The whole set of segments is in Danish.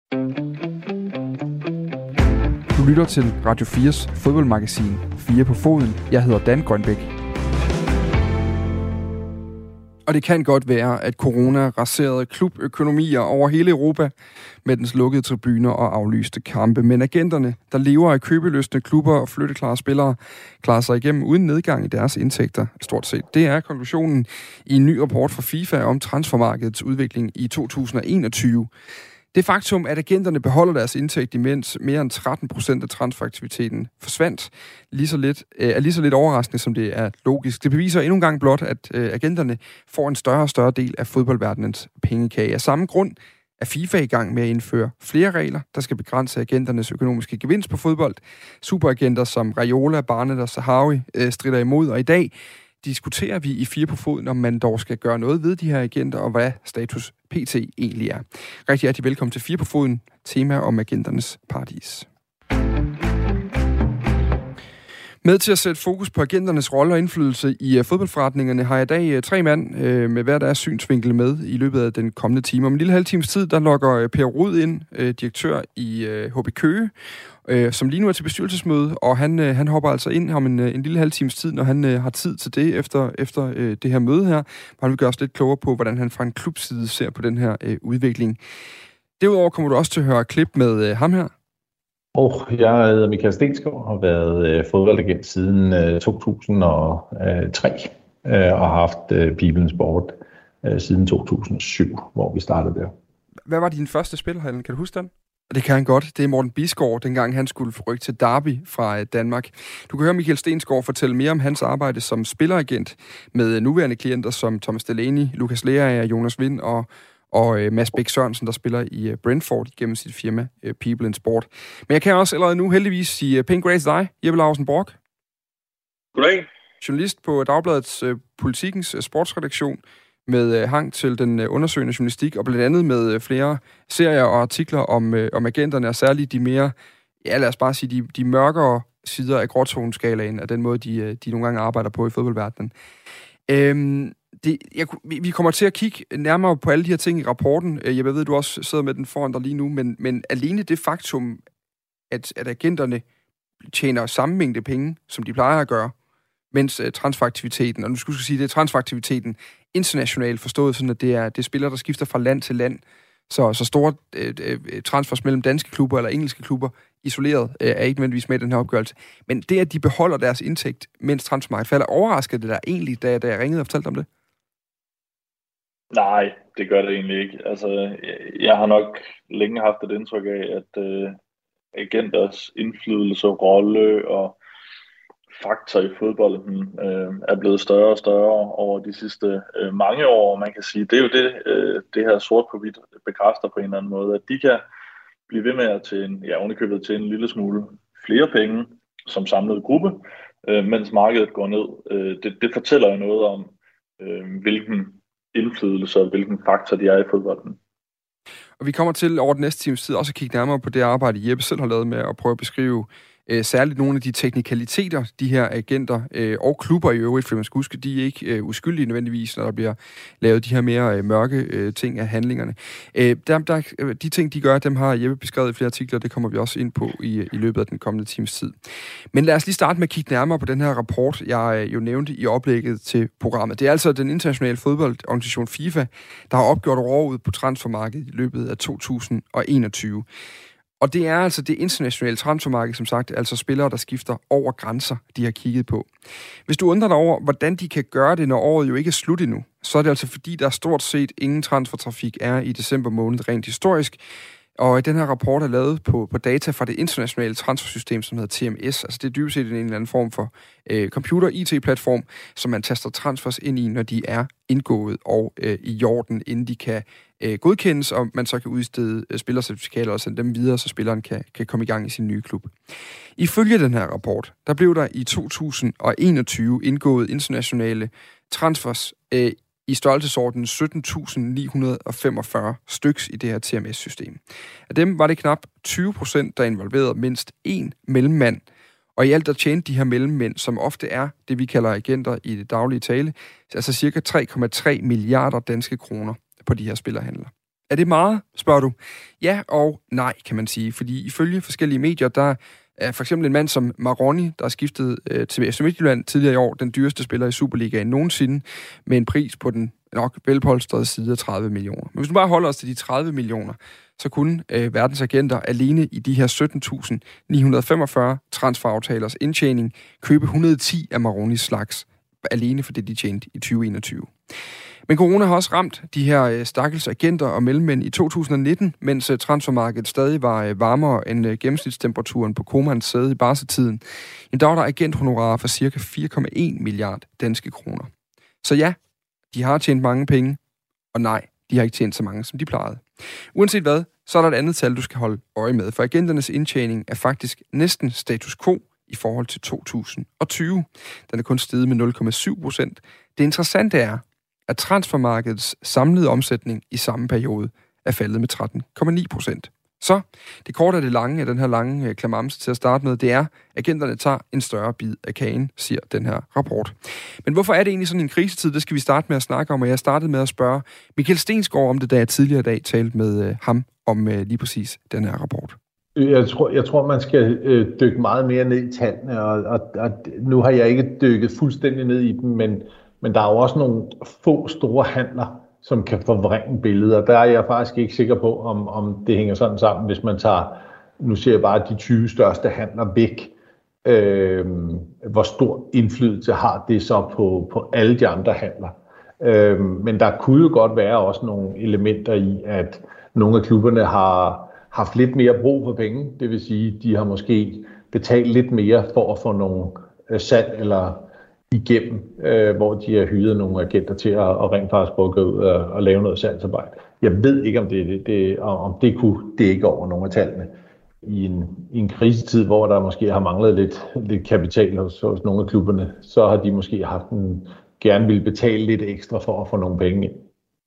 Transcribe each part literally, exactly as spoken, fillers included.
Du lytter til Radio fires fodboldmagasin fire på foden. Jeg hedder Dan Grønbæk. Og det kan godt være, at corona raserede klubøkonomier over hele Europa med dens lukkede tribuner og aflyste kampe. Men agenterne, der lever af købelystne klubber og flytteklare spillere, klarer sig igennem uden nedgang i deres indtægter, stort set. Det er konklusionen i en ny rapport fra FIFA om transfermarkedets udvikling i to tusind og enogtyve. Det faktum, at agenterne beholder deres indtægt, imens mere end tretten procent af transferaktiviteten forsvandt, lige så lidt, er lige så lidt overraskende, som det er logisk. Det beviser endnu en gang blot, at agenterne får en større og større del af fodboldverdenens pengekage. Af samme grund er FIFA i gang med at indføre flere regler, der skal begrænse agenternes økonomiske gevinst på fodbold. Superagenter som Raiola, Barnet og Sahawi strider imod, og i dag diskuterer vi i Fire på Foden, om man dog skal gøre noget ved de her agenter, og hvad status P T egentlig er. Rigtig hjertelig velkommen til Fire på Foden, tema om agenternes paradis. Med til at sætte fokus på agenternes rolle og indflydelse i fodboldforretningerne har jeg i dag tre mand med hver deres synsvinkel med i løbet af den kommende time. Om en lille halv times tid, der logger Per Rud ind, direktør i H B Køge, som lige nu er til bestyrelsesmøde, og han, han hopper altså ind om en, en lille halv times tid, når han har tid til det efter, efter det her møde her, hvor han vil gøre os lidt klogere på, hvordan han fra en klubside ser på den her øh, udvikling. Derudover kommer du også til at høre klip med øh, ham her. Oh, jeg hedder Michael Stensgaard og har været øh, fodboldagent siden øh, to tusind og tre øh, og har haft øh, Bibelen Sport øh, siden to tusind og syv, hvor vi startede der. Hvad var din første spil, Kan du huske den? Det kan han godt. Det er Morten Bisgaard, dengang han skulle rykke til Derby fra Danmark. Du kan høre Michael Stensgaard fortælle mere om hans arbejde som spilleragent med nuværende klienter som Thomas Delaney, Lukas Lea, Jonas Vind og, og Mads Bæk Sørensen, der spiller i Brentford gennem sit firma People in Sport. Men jeg kan også allerede nu heldigvis sige pænt goddag til dig, Jeppe Lausen Borg. Goddag. Journalist på Dagbladets Politikens sportsredaktion, med hang til den undersøgende journalistik, og blandt andet med flere serier og artikler om, om agenterne, og særligt de mere, ja lad os bare sige, de, de mørkere sider af gråzoneskalaen, af den måde, de, de nogle gange arbejder på i fodboldverdenen. Øhm, det, jeg, vi kommer til at kigge nærmere på alle de her ting i rapporten. Jeg ved, du også sidder med den foran dig lige nu, men, men alene det faktum, at, at agenterne tjener samme mængde penge, som de plejer at gøre, mens uh, transferaktiviteten, og nu skulle jeg sige, det er transferaktiviteten internationalt forstået, sådan at det er, det er spillere, der skifter fra land til land. Så, så store uh, transfers mellem danske klubber eller engelske klubber isoleret uh, er ikke nødvendigvis med i den her opgørelse. Men det, at de beholder deres indtægt, mens transfermarkedet falder, overraskede det der egentlig, da, da jeg ringede og fortalte om det? Nej, det gør det egentlig ikke. Altså, jeg har nok længe haft et indtryk af, at uh, agenters indflydelse, rolle og faktor i fodbolden øh, er blevet større og større over de sidste øh, mange år. Man kan sige, det er jo det, øh, det her sort på hvidt bekræfter på en eller anden måde, at de kan blive ved med at tjene, ja, ovenikøbet til en lille smule flere penge som samlet gruppe, øh, mens markedet går ned. Øh, det, det fortæller jo noget om, øh, hvilken indflydelse og hvilken faktor de er i fodbolden. Og vi kommer til over den næste times tid også at kigge nærmere på det arbejde, Jeppe selv har lavet med at prøve at beskrive Øh, særligt nogle af de teknikaliteter, de her agenter øh, og klubber i øvrigt, for man skal huske, de er ikke øh, uskyldige nødvendigvis, når der bliver lavet de her mere øh, mørke øh, ting af handlingerne. Øh, der, der, de ting, de gør, dem har Jeppe beskrevet i flere artikler, det kommer vi også ind på i, i løbet af den kommende times tid. Men lad os lige starte med at kigge nærmere på den her rapport, jeg jo nævnte i oplægget til programmet. Det er altså den internationale fodboldorganisation FIFA, der har opgjort overhovedet på transfermarkedet i løbet af to tusind og enogtyve. Og det er altså det internationale transfermarked, som sagt, altså spillere, der skifter over grænser, de har kigget på. Hvis du undrer dig over, hvordan de kan gøre det, når året jo ikke er slut endnu, så er det altså fordi, der stort set ingen transfertrafik er i december måned rent historisk. Og den her rapport er lavet på, på data fra det internationale transfersystem, som hedder T M S. Altså det er dybest set en eller anden form for øh, computer-I T-platform, som man taster transfers ind i, når de er indgået og øh, i orden, inden de kan øh, godkendes, og man så kan udstede øh, spillercertifikater og sende dem videre, så spilleren kan, kan komme i gang i sin nye klub. Ifølge den her rapport, der blev der i to tusind og enogtyve indgået internationale transfers øh, i størrelsesordenen sytten tusind ni hundrede og femogfyrre styks i det her T M S-system. Af dem var det knap tyve procent, der involverede mindst én mellemmand, og i alt der tjente de her mellemmænd, som ofte er det, vi kalder agenter i det daglige tale, altså cirka tre komma tre milliarder danske kroner på de her spillerhandler. Er det meget, spørger du? Ja og nej, kan man sige. Fordi ifølge forskellige medier, der er for eksempel en mand som Maroni, der er skiftet øh, til F C Midtjylland tidligere i år, den dyreste spiller i Superligaen nogensinde, med en pris på den nok velpolstrede side af tredive millioner. Men hvis du bare holder os til de tredive millioner, så kunne øh, verdens agenter alene i de her sytten tusind ni hundrede femogfyrre transferaftalers indtjening købe et hundrede og ti af Maronis slags, alene for det, de tjente i tyve enogtyve. Men corona har også ramt de her øh, stakkels agenter og mellemmænd i to tusind nitten, mens øh, transfermarkedet stadig var øh, varmere end øh, gennemsnitstemperaturen på Komans sæde i barsetiden. Der var der agenthonorarer for ca. fire komma en milliard danske kroner. Så ja, de har tjent mange penge, og nej, de har ikke tjent så mange, som de plejede. Uanset hvad, så er der et andet tal, du skal holde øje med, for agenternes indtjening er faktisk næsten status quo i forhold til to tusind tyve. Den er kun steget med nul komma syv procent. Det interessante er, at transfermarkedets samlede omsætning i samme periode er faldet med tretten komma ni procent. Så det korte af det lange af den her lange klamamse til at starte med, det er, at agenterne tager en større bid af kagen, siger den her rapport. Men hvorfor er det egentlig sådan en krisetid? Det skal vi starte med at snakke om, og jeg startede med at spørge Michael Stensgaard om det, da jeg tidligere i dag talte med ham om lige præcis den her rapport. Jeg tror, jeg tror man skal øh, dykke meget mere ned i tallene, og, og, og nu har jeg ikke dykket fuldstændig ned i dem, men, men der er jo også nogle få store handler, som kan forvrænge billeder. Der er jeg faktisk ikke sikker på, om, om det hænger sådan sammen, hvis man tager, nu ser jeg bare de tyve største handler væk. Øh, hvor stor indflydelse har det så på, på alle de andre handler. Øh, men der kunne jo godt være også nogle elementer i, at nogle af klubberne har haft lidt mere brug for penge. Det vil sige, de har måske betalt lidt mere for at få nogle øh, salg eller igennem, øh, hvor de har hyret nogle agenter til at, at rent faktisk prøve at gå ud og, og lave noget salgsarbejde. Jeg ved ikke, om det, det, det, om det kunne dække over nogle af tallene. I en, i en krisetid, hvor der måske har manglet lidt, lidt kapital hos, hos nogle af klubberne, så har de måske haft en, gerne ville betale lidt ekstra for at få nogle penge ind.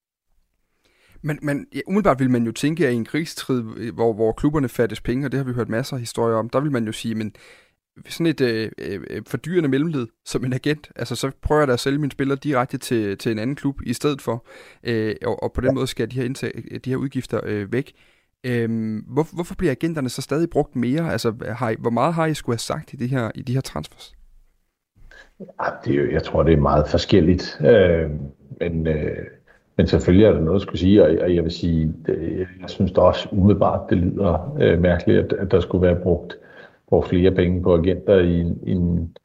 Men, men ja, umiddelbart vil man jo tænke, at i en krisetid, hvor, hvor klubberne fattes penge, og det har vi hørt masser af historier om, der vil man jo sige, men sådan et øh, øh, fordyrende mellemled som en agent, altså så prøver jeg da at sælge mine spillere direkte til, til en anden klub i stedet for, øh, og, og på den ja. måde skal de her, indtag, de her udgifter øh, væk. Øh, hvor, hvorfor bliver agenterne så stadig brugt mere? Altså, har I, hvor meget har I skulle have sagt i de her, i de her transfers? Ja, det er jo, jeg tror, det er meget forskelligt, øh, men, øh, men selvfølgelig er der noget at skulle sige, og, og jeg vil sige, det, jeg synes da også umiddelbart, det lyder øh, mærkeligt, at, at der skulle være brugt brugt flere penge på agenter i en, en,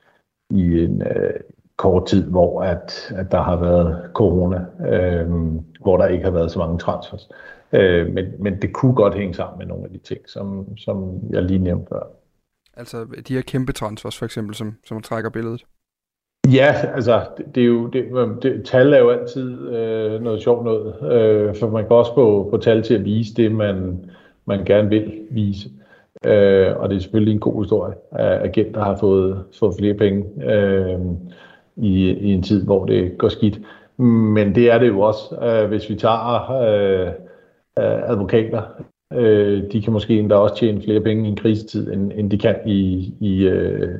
i en øh, kort tid, hvor at, at der har været corona, øh, hvor der ikke har været så mange transfers. Øh, men, men det kunne godt hænge sammen med nogle af de ting, som, som jeg lige nævnte før. Altså de her kæmpe transfers for eksempel, som, som trækker billedet? Ja, altså det, det er jo, det, det, tal er jo altid øh, noget sjovt noget, øh, for man kan også få, få tal til at vise det, man, man gerne vil vise. Øh, og det er selvfølgelig en god historie, at agenter har fået, fået flere penge øh, i, i en tid, hvor det går skidt. Men det er det jo også, øh, hvis vi tager øh, advokater. Øh, de kan måske endda også tjene flere penge i en krisetid, end, end de kan i, i, øh,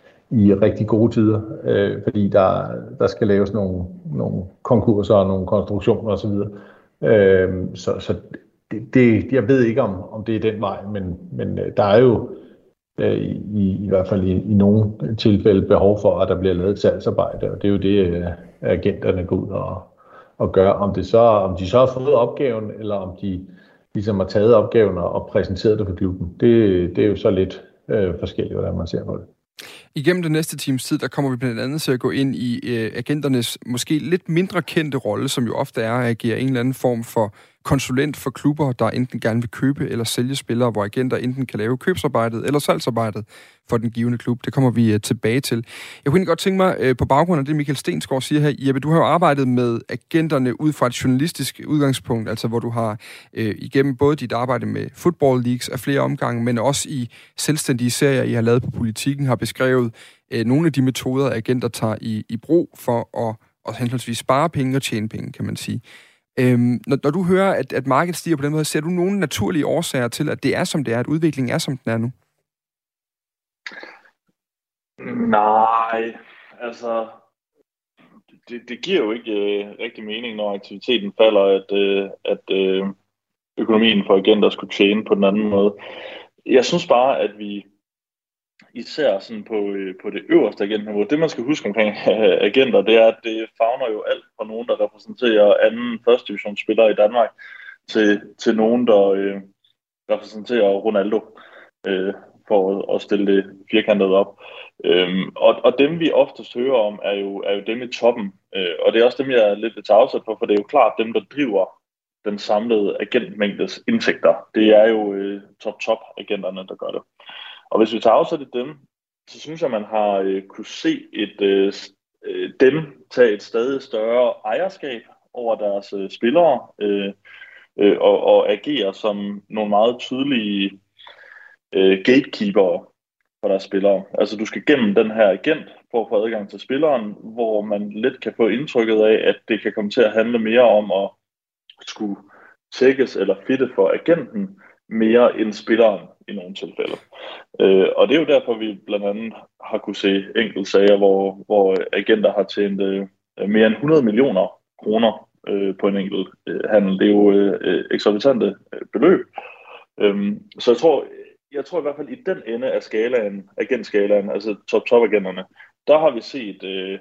i rigtig gode tider. Øh, fordi der, der skal laves nogle, nogle konkurser og nogle konstruktioner osv. Øh, så, så Det, det, jeg ved ikke, om, om det er den vej, men, men der er jo øh, i, i hvert fald i, i nogle tilfælde behov for, at der bliver lavet et salgsarbejde, og det er jo det, øh, agenterne går ud og, og gør. Om, det så, om de så har fået opgaven, eller om de ligesom har taget opgaven og præsenteret det for klubben, det, det er jo så lidt øh, forskelligt, hvordan man ser på det. Igennem den næste times tid, der kommer vi blandt andet til at gå ind i øh, agenternes måske lidt mindre kendte rolle, som jo ofte er at agere en eller anden form for konsulent for klubber, der enten gerne vil købe eller sælge spillere, hvor agenter enten kan lave købsarbejdet eller salgsarbejdet for den givende klub. Det kommer vi uh, tilbage til. Jeg kunne godt tænke mig, uh, på baggrund af det, Michael Stensgaard siger her, Jeppe, du har jo arbejdet med agenterne ud fra et journalistisk udgangspunkt, altså hvor du har uh, igennem både dit arbejde med football leagues af flere omgange, men også i selvstændige serier, I har lavet på Politikken, har beskrevet uh, nogle af de metoder, agenter tager i, i brug for at, at henholdsvis spare penge og tjene penge, kan man sige. Øhm, når, når du hører, at, at markedet stiger på den måde, ser du nogle naturlige årsager til, at det er, som det er, at udviklingen er, som den er nu? Nej, altså, det, det giver jo ikke øh, rigtig mening, når aktiviteten falder, at, øh, at, øh, økonomien for agenter skulle tjene på den anden måde. Jeg synes bare, at vi især sådan på, på det øverste agentniveau, det man skal huske omkring agenter, det er, at det favner jo alt fra nogen, der repræsenterer anden første divisionsspillere i Danmark, til, til nogen, der øh, repræsenterer Ronaldo, øh, for at, at stille det firkantet op. Øhm, og, og dem vi oftest hører om, er jo, er jo dem i toppen, øh, og det er også dem, jeg er lidt lidt afsat for, for det er jo klart dem, der driver den samlede agentmængdes indtægter. Det er jo øh, top-top-agenterne, der gør det. Og hvis vi tager afsat i dem, så synes jeg, man har øh, kunne se et, øh, dem tage et stadig større ejerskab over deres øh, spillere, øh, øh, og, og agere som nogle meget tydelige øh, gatekeepere for deres spillere. Altså du skal gennem den her agent for at få adgang til spilleren, hvor man lidt kan få indtrykket af, at det kan komme til at handle mere om at skulle tjekkes eller fitte for agenten, mere end spilleren i nogle tilfælde. Øh, og det er jo derfor, vi blandt andet har kunne se enkelte sager, hvor, hvor agenter har tjent øh, mere end hundrede millioner kroner øh, på en enkelt øh, handel. Det er jo øh, eksorbitante øh, beløb. Øh, så jeg tror, jeg tror i hvert fald i den ende af skalaen, agentskalaen, altså top-top-agenterne, der har vi set, øh,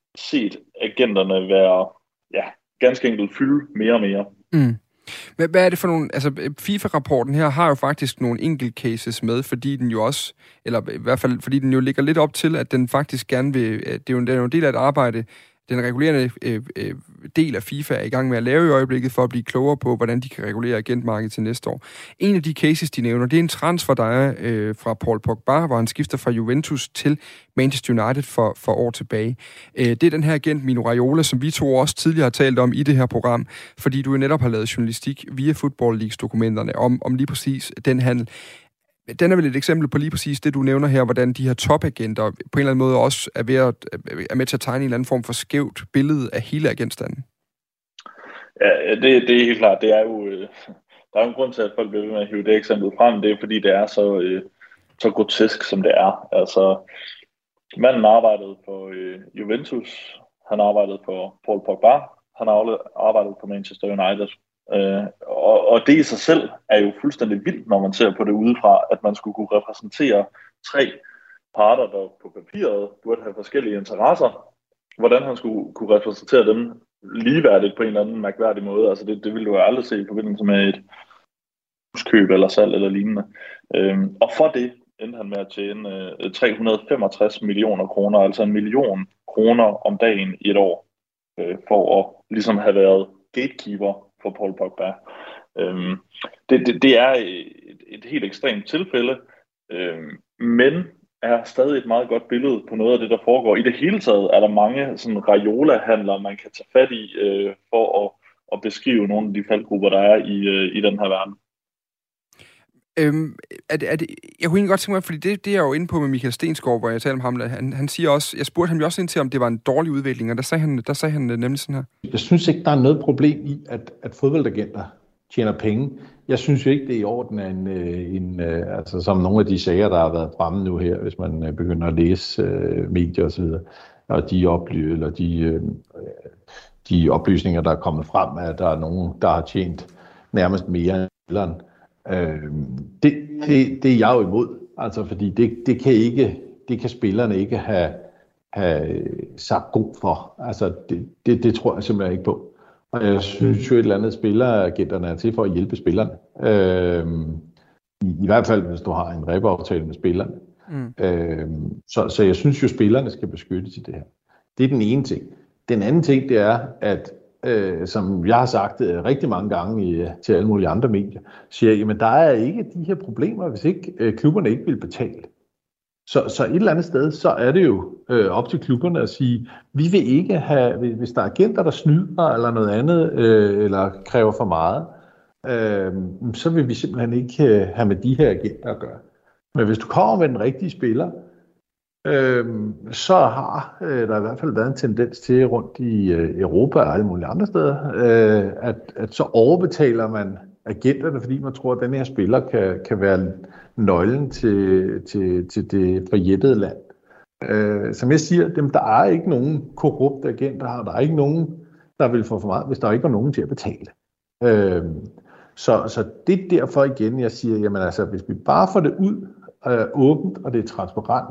set agenterne være ja, ganske enkelt fylde mere og mere. Mm. Hvad, hvad er det for nogle, altså FIFA-rapporten her har jo faktisk nogle enkelt cases med, fordi den jo også, eller i hvert fald fordi den jo ligger lidt op til, at den faktisk gerne vil, det er jo, det er jo en del af et arbejde, den regulerende øh, øh, del af FIFA er i gang med at lave i øjeblikket for at blive klogere på, hvordan de kan regulere agentmarkedet til næste år. En af de cases, de nævner, det er en transfer, der er øh, fra Paul Pogba, hvor han skifter fra Juventus til Manchester United for, for år tilbage. Øh, det er den her agent Mino Raiola, som vi to også tidligere har talt om i det her program, fordi du jo netop har lavet journalistik via Football Leagues-dokumenterne om, om lige præcis den handel. Den er vel et eksempel på lige præcis det, du nævner her, hvordan de her topagenter på en eller anden måde også er, ved at, er med til at tegne en eller anden form for skævt billede af hele agentstanden. Ja, det, det er helt klart. Det er jo, øh, der er jo en grund til, at folk bliver ved med at hive det eksempel frem. Det er fordi, det er så, øh, så grotesk, som det er. Altså, manden arbejdede på øh, Juventus, han arbejdede på Paul Pogba, han arbejdede på Manchester United. Uh, og, og det i sig selv er jo fuldstændig vildt, når man ser på det udefra, at man skulle kunne repræsentere tre parter, der på papiret burde have forskellige interesser. Hvordan han skulle kunne repræsentere dem ligeværdigt på en eller anden mærkværdig måde, altså det, det ville du jo aldrig se i forbindelse med et huskøb eller salg eller lignende. Uh, og for det endte han med at tjene uh, tre hundrede og femogtres millioner kroner, altså en million kroner om dagen i et år, uh, for at ligesom have været gatekeeper for Paul Pogba. Øhm, det, det, det er et, et helt ekstremt tilfælde, øhm, men er stadig et meget godt billede på noget af det, der foregår. I det hele taget er der mange sådan Raiola-handler, man kan tage fat i øh, for at, at beskrive nogle af de faldgrupper, der er i, øh, i den her verden. Øhm, er det, er det, jeg kunne egentlig godt tænke mig, fordi det, det er jeg jo inde på med Michael Stensgaard, hvor jeg taler om ham, han, han siger også, jeg spurgte ham jo også ind til, om det var en dårlig udvikling, og der sagde han, der sagde han nemlig sådan her. Jeg synes ikke, der er noget problem i, at, at fodboldagenter tjener penge. Jeg synes jo ikke, det er i orden, at en, en, altså som nogle af de sager, der har været fremme nu her, hvis man begynder at læse uh, medier og så videre, og de, oply- eller de, uh, de oplysninger, der er kommet frem, at der er nogen, der har tjent nærmest mere end spilleren. Øh, det, det, det er jeg jo imod, altså fordi det, det, kan ikke, det kan spillerne ikke have, have sagt god for. Altså det, det, det tror jeg simpelthen ikke på. Og jeg synes jo et eller andet, spilleragenterne er til for at hjælpe spillerne. Øh, i, I hvert fald hvis du har en repaftale med spillerne. Mm. Øh, så, så jeg synes jo, spillerne skal beskyttes i det her. Det er den ene ting. Den anden ting, det er, at Øh, som jeg har sagt øh, rigtig mange gange i, til alle mulige andre medier, siger jeg, jamen der er ikke de her problemer, hvis ikke øh, klubberne ikke vil betale. Så, så et eller andet sted, så er det jo øh, op til klubberne at sige, vi vil ikke have, hvis der er agenter, der snyder eller noget andet, øh, eller kræver for meget, øh, så vil vi simpelthen ikke øh, have med de her agenter at gøre. Men hvis du kommer med den rigtige spiller, Øhm, så har øh, der i hvert fald været en tendens til rundt i øh, Europa og alle mulige andre steder, øh, at, at så overbetaler man agenterne, fordi man tror, at den her spiller kan, kan være nøglen til, til, til det forjættede land. Øh, som jeg siger, dem, der er ikke nogen korrupte agenter her, der er ikke nogen, der vil få for meget, hvis der ikke er nogen til at betale. Øh, Så, så det er derfor igen, jeg siger, jamen altså, hvis vi bare får det ud øh, åbent, og det er transparent,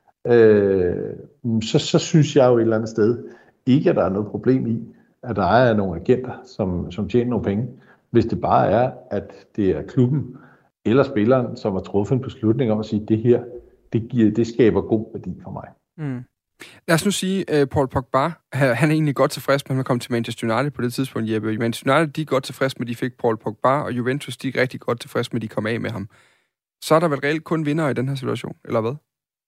øh, så, så synes jeg jo et eller andet sted ikke, at der er noget problem i, at der er nogle agenter, som, som tjener nogle penge. Hvis det bare er, at det er klubben eller spilleren, som har truffet en beslutning om at sige, at det her, det, giver, det skaber god værdi for mig. Mm. Lad os nu sige, at Paul Pogba, han er egentlig godt tilfreds med, at han kom til Manchester United på det tidspunkt, Jeppe. Manchester United, de er godt tilfreds med, at de fik Paul Pogba, og Juventus, de er rigtig godt tilfreds med, at de kom af med ham. Så er der vel reelt kun vinder i den her situation, eller hvad?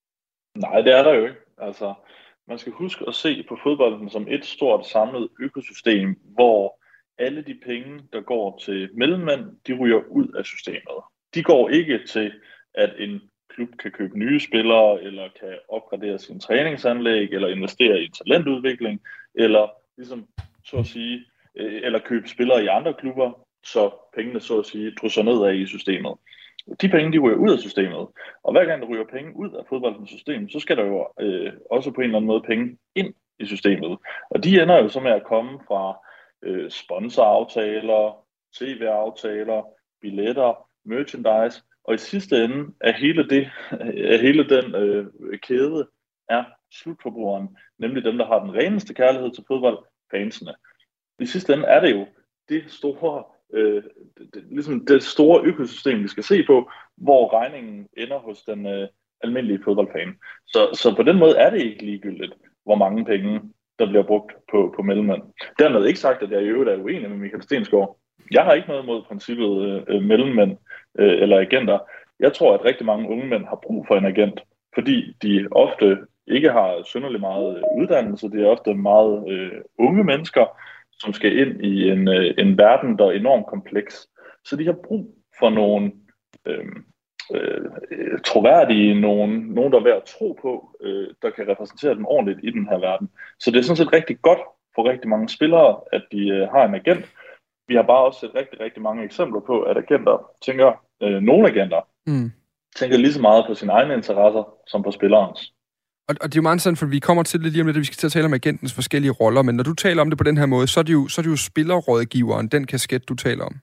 Nej, det er der jo ikke. Altså, man skal huske at se på fodbolden som et stort samlet økosystem, hvor alle de penge, der går til mellemmænd, de ryger ud af systemet. De går ikke til, at en klub kan købe nye spillere, eller kan opgradere sin træningsanlæg, eller investere i talentudvikling, eller ligesom, så at sige, eller købe spillere i andre klubber, så pengene, så at sige, drysser nedad i systemet. De penge, de ryger ud af systemet, og hver gang der ryger penge ud af fodboldens system, så skal der jo øh, også på en eller anden måde penge ind i systemet. Og de ender jo så med at komme fra øh, sponsoraftaler, T V-aftaler, billetter, merchandise, og i sidste ende af hele, det, af hele den øh, kæde er slutforbrugeren, nemlig dem, der har den reneste kærlighed til fodbold, fansene. I sidste ende er det jo det store, øh, det, ligesom det store økosystem, vi skal se på, hvor regningen ender hos den øh, almindelige fodboldfan. Så, så på den måde er det ikke ligegyldigt, hvor mange penge, der bliver brugt på, på mellemmænd. Dermed ikke sagt, at jeg i øvrigt er uenig med Michael Stensgaard. Jeg har ikke noget mod princippet øh, mellemmænd øh, eller agenter. Jeg tror, at rigtig mange unge mænd har brug for en agent, fordi de ofte ikke har synderligt meget uddannelse. Det er ofte meget øh, unge mennesker, som skal ind i en, øh, en verden, der er enormt kompleks. Så de har brug for nogle øh, øh, troværdige, nogen, nogen, der er værd at tro på, øh, der kan repræsentere dem ordentligt i den her verden. Så det er sådan set rigtig godt for rigtig mange spillere, at de øh, har en agent. Vi har bare også set rigtig, rigtig mange eksempler på, at agenter tænker, øh, nogle agenter, mm. tænker lige så meget på sine egne interesser, som på spillerens. Og, og det er jo meget sådan, for vi kommer til det lige om lidt, at vi skal til at tale om agentens forskellige roller, men når du taler om det på den her måde, så er det jo, så er det jo spillerrådgiveren, den kasket, du taler om.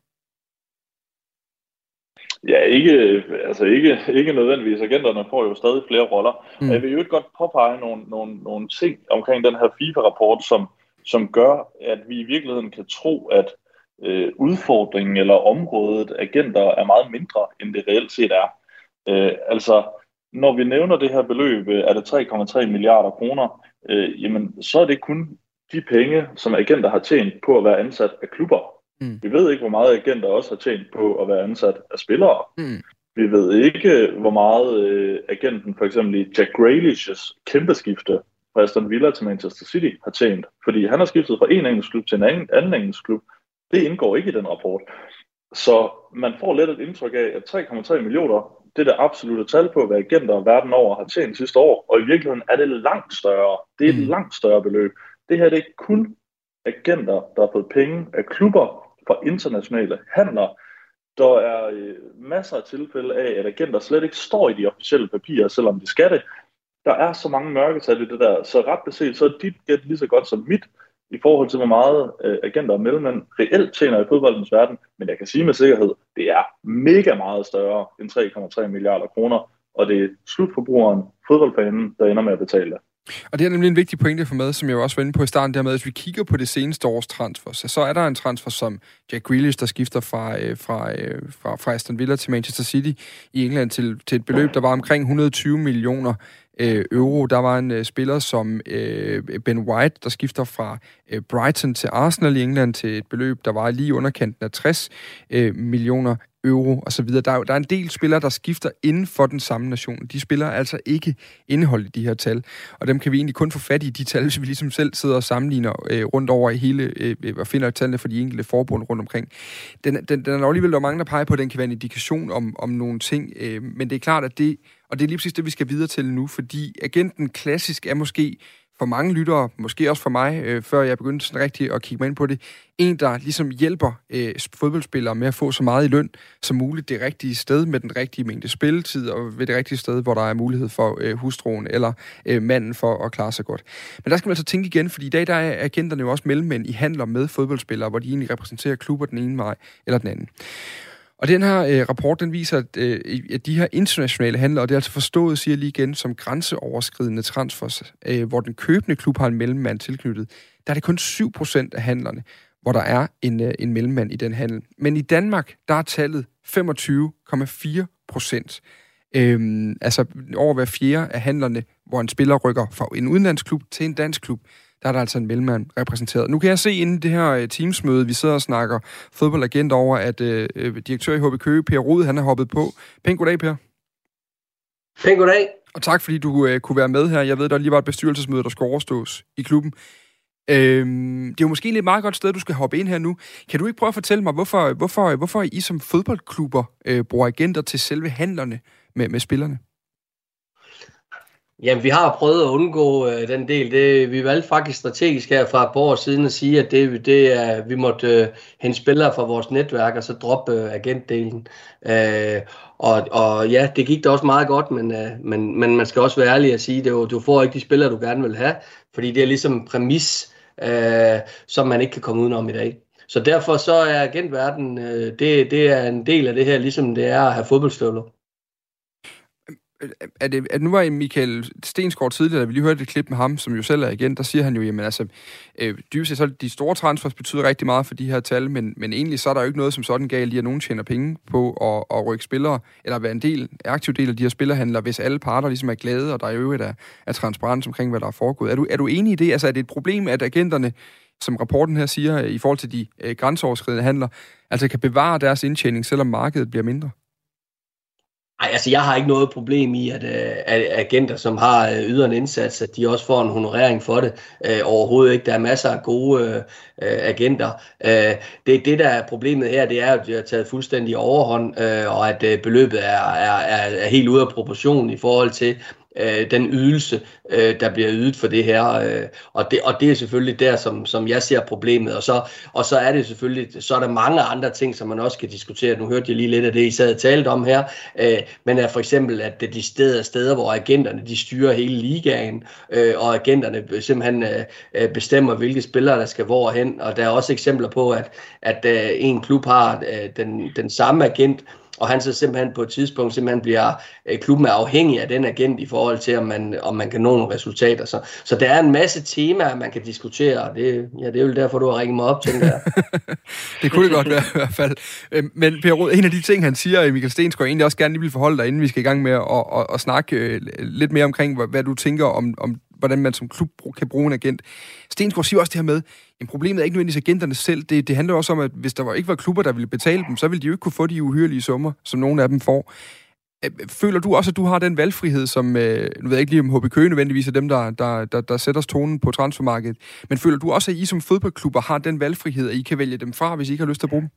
Ja, ikke, altså ikke, ikke nødvendigvis. Agenterne får jo stadig flere roller. Mm. Jeg vil jo ikke godt påpege nogle, nogle, nogle ting omkring den her FIFA-rapport, som, som gør, at vi i virkeligheden kan tro, at øh, udfordringen eller området agenter er meget mindre, end det reelt set er. Øh, altså, når vi nævner det her beløb, er det tre komma tre milliarder kroner, øh, jamen, så er det kun de penge, som agenter har tjent på at være ansat af klubber. Mm. Vi ved ikke, hvor meget agenter også har tjent på at være ansat af spillere. Mm. Vi ved ikke, hvor meget øh, agenten for eksempel i Jack Grealish's kæmpe skifte fra Aston Villa til Manchester City har tjent. Fordi han har skiftet fra en engelsk klub til en anden, anden engelsk klub. Det indgår ikke i den rapport. Så man får let et indtryk af, at tre komma tre millioner, det er det absolutte tal på, hvad agenter verden over har tjent sidste år. Og i virkeligheden er det langt større. Det er et mm. langt større beløb. Det her det er ikke kun agenter, der har fået penge af klubber for internationale handler. Der er øh, masser af tilfælde af, at agenter slet ikke står i de officielle papirer, selvom de skal det. Der er så mange mørketal i det der, så ret beset, så er dit gæt lige så godt som mit, i forhold til, hvor meget øh, agenter og mellemmænd reelt tjener i fodboldens verden. Men jeg kan sige med sikkerhed, det er mega meget større end tre komma tre milliarder kroner, og det er slutforbrugeren, fodboldfanen, der ender med at betale det. Og det er nemlig en vigtig pointe for med, som jeg også var inde på i starten, dermed, at hvis vi kigger på det seneste års transfer, så er der en transfer som Jack Grealish, der skifter fra, øh, fra, øh, fra, fra Aston Villa til Manchester City i England til, til et beløb, der var omkring et hundrede og tyve millioner øh, euro. Der var en øh, spiller som øh, Ben White, der skifter fra øh, Brighton til Arsenal i England til et beløb, der var lige underkanten af tres øh, millioner euro og så videre. Der er, der er en del spillere, der skifter inden for den samme nation. De spiller altså ikke indeholdt i de her tal, og dem kan vi egentlig kun få fat i de tal, hvis vi ligesom selv sidder og sammenligner øh, rundt over i hele, øh, og finder tallene for de enkelte forbund rundt omkring. Den, den, den er alligevel der mange, der peger på, at den kan være en indikation om, om nogle ting, øh, men det er klart, at det, og det er lige præcis det, vi skal videre til nu, fordi agenten klassisk er måske for mange lyttere, måske også for mig, øh, før jeg begyndte sådan rigtig at kigge mig ind på det, en, der ligesom hjælper øh, fodboldspillere med at få så meget i løn som muligt det rigtige sted med den rigtige mængde spilletid, og ved det rigtige sted, hvor der er mulighed for øh, hustruen eller øh, manden for at klare sig godt. Men der skal man altså tænke igen, fordi i dag der er agenterne jo også mellemmænd i handler med fodboldspillere, hvor de egentlig repræsenterer klubber den ene vej eller den anden. Og den her øh, rapport, den viser, at, øh, at de her internationale handler, og det er altså forstået, siger jeg lige igen, som grænseoverskridende transfers, øh, hvor den købende klub har en mellemmand tilknyttet, der er det kun syv procent af handlerne, hvor der er en, øh, en mellemmand i den handel. Men i Danmark, der er tallet femogtyve komma fire procent. Øhm, altså over hver fjerde af handlerne, hvor en spiller rykker fra en udenlandsklub til en dansk klub, der er der altså en mellemmand repræsenteret. Nu kan jeg se inden det her Teams-møde, vi sidder og snakker fodboldagent over, at øh, direktør i H B Køge, Per Rode, han er hoppet på. Pæn goddag, Per. Pæn goddag. Og tak, fordi du øh, kunne være med her. Jeg ved, der lige var et bestyrelsesmøde, der skulle overstås i klubben. Øhm, det er jo måske et meget godt sted, du skal hoppe ind her nu. Kan du ikke prøve at fortælle mig, hvorfor, hvorfor, hvorfor I som fodboldklubber øh, bruger agenter til selve handlerne med, med spillerne? Jamen, vi har prøvet at undgå øh, den del. Det, vi valgte faktisk strategisk her fra et par år siden at sige, at det, det er, vi måtte øh, hente spillere fra vores netværk, og så droppe øh, agentdelen. Øh, og, og ja, det gik da også meget godt, men, øh, men, men man skal også være ærlig at sige, at du, du får ikke de spillere, du gerne vil have, fordi det er ligesom en præmis, øh, som man ikke kan komme udenom i dag. Så derfor så er agentverden, øh, det, det er en del af det her, ligesom det er at have fodboldstøvler. Er det, at nu var Michael Stensgaard tidligere, da vi lige hørte et klip med ham, som jo selv er agent, der siger han jo, jamen altså, øh, dybest set så de store transfers betyder rigtig meget for de her tal, men, men egentlig så er der jo ikke noget som sådan galt i, at nogen tjener penge på at, at rykke spillere, eller være en del, aktiv del af de her spillerhandler, hvis alle parter ligesom er glade, og der er jo er, er transparens omkring, hvad der er foregået. Er du, er du enig i det? Altså er det et problem, at agenterne, som rapporten her siger, i forhold til de øh, grænseoverskridende handler, altså kan bevare deres indtjening, selvom markedet bliver mindre? Ej, altså jeg har ikke noget problem i, at, at agenter, som har yder en indsats, at de også får en honorering for det. Øh, overhovedet ikke. Der er masser af gode øh, agenter. Øh, det, det, der er problemet her, det er, at de har taget fuldstændig overhånd, øh, og at øh, beløbet er, er, er helt ude af proportion i forhold til øh, den ydelse, øh, der bliver ydet for det her. Øh, og, det, og det er selvfølgelig der, som, som jeg ser problemet. Og så, og så er det selvfølgelig, så er der mange andre ting, som man også kan diskutere. Nu hørte jeg lige lidt af det, I sad og talte om her. Øh, men er for eksempel, at det de steder, steder, hvor agenterne de styrer hele ligaen, øh, og agenterne simpelthen øh, bestemmer, hvilke spillere, der skal hvorhen. Og der er også eksempler på, at, at øh, en klub har øh, den, den samme agent, og han så simpelthen på et tidspunkt simpelthen bliver øh, klubben er afhængig af den agent i forhold til, om man, om man kan nå nogle resultater. Så, så der er en masse temaer, man kan diskutere, og det, ja, det er jo derfor, du har ringet mig op, tænker jeg. Det kunne det godt være i hvert fald. Men Per Rode, en af de ting, han siger, Michael Stensgaard, egentlig også gerne lige vil forholde dig, inden vi skal i gang med at, at, at, at snakke lidt mere omkring, hvad du tænker om, om hvordan man som klub kan bruge en agent. Stensgaard siger også det her med, at problemet er ikke nødvendigvis agenterne selv. Det, det handler også om, at hvis der var, ikke var klubber, der ville betale dem, så ville de jo ikke kunne få de uhyrlige summer, som nogle af dem får. Føler du også, at du har den valgfrihed, som, nu ved jeg ikke lige om H B Køge nødvendigvis er dem, der, der, der, der sætter tonen på transfermarkedet, men føler du også, at I som fodboldklubber har den valgfrihed, at I kan vælge dem fra, hvis I ikke har lyst til at bruge dem?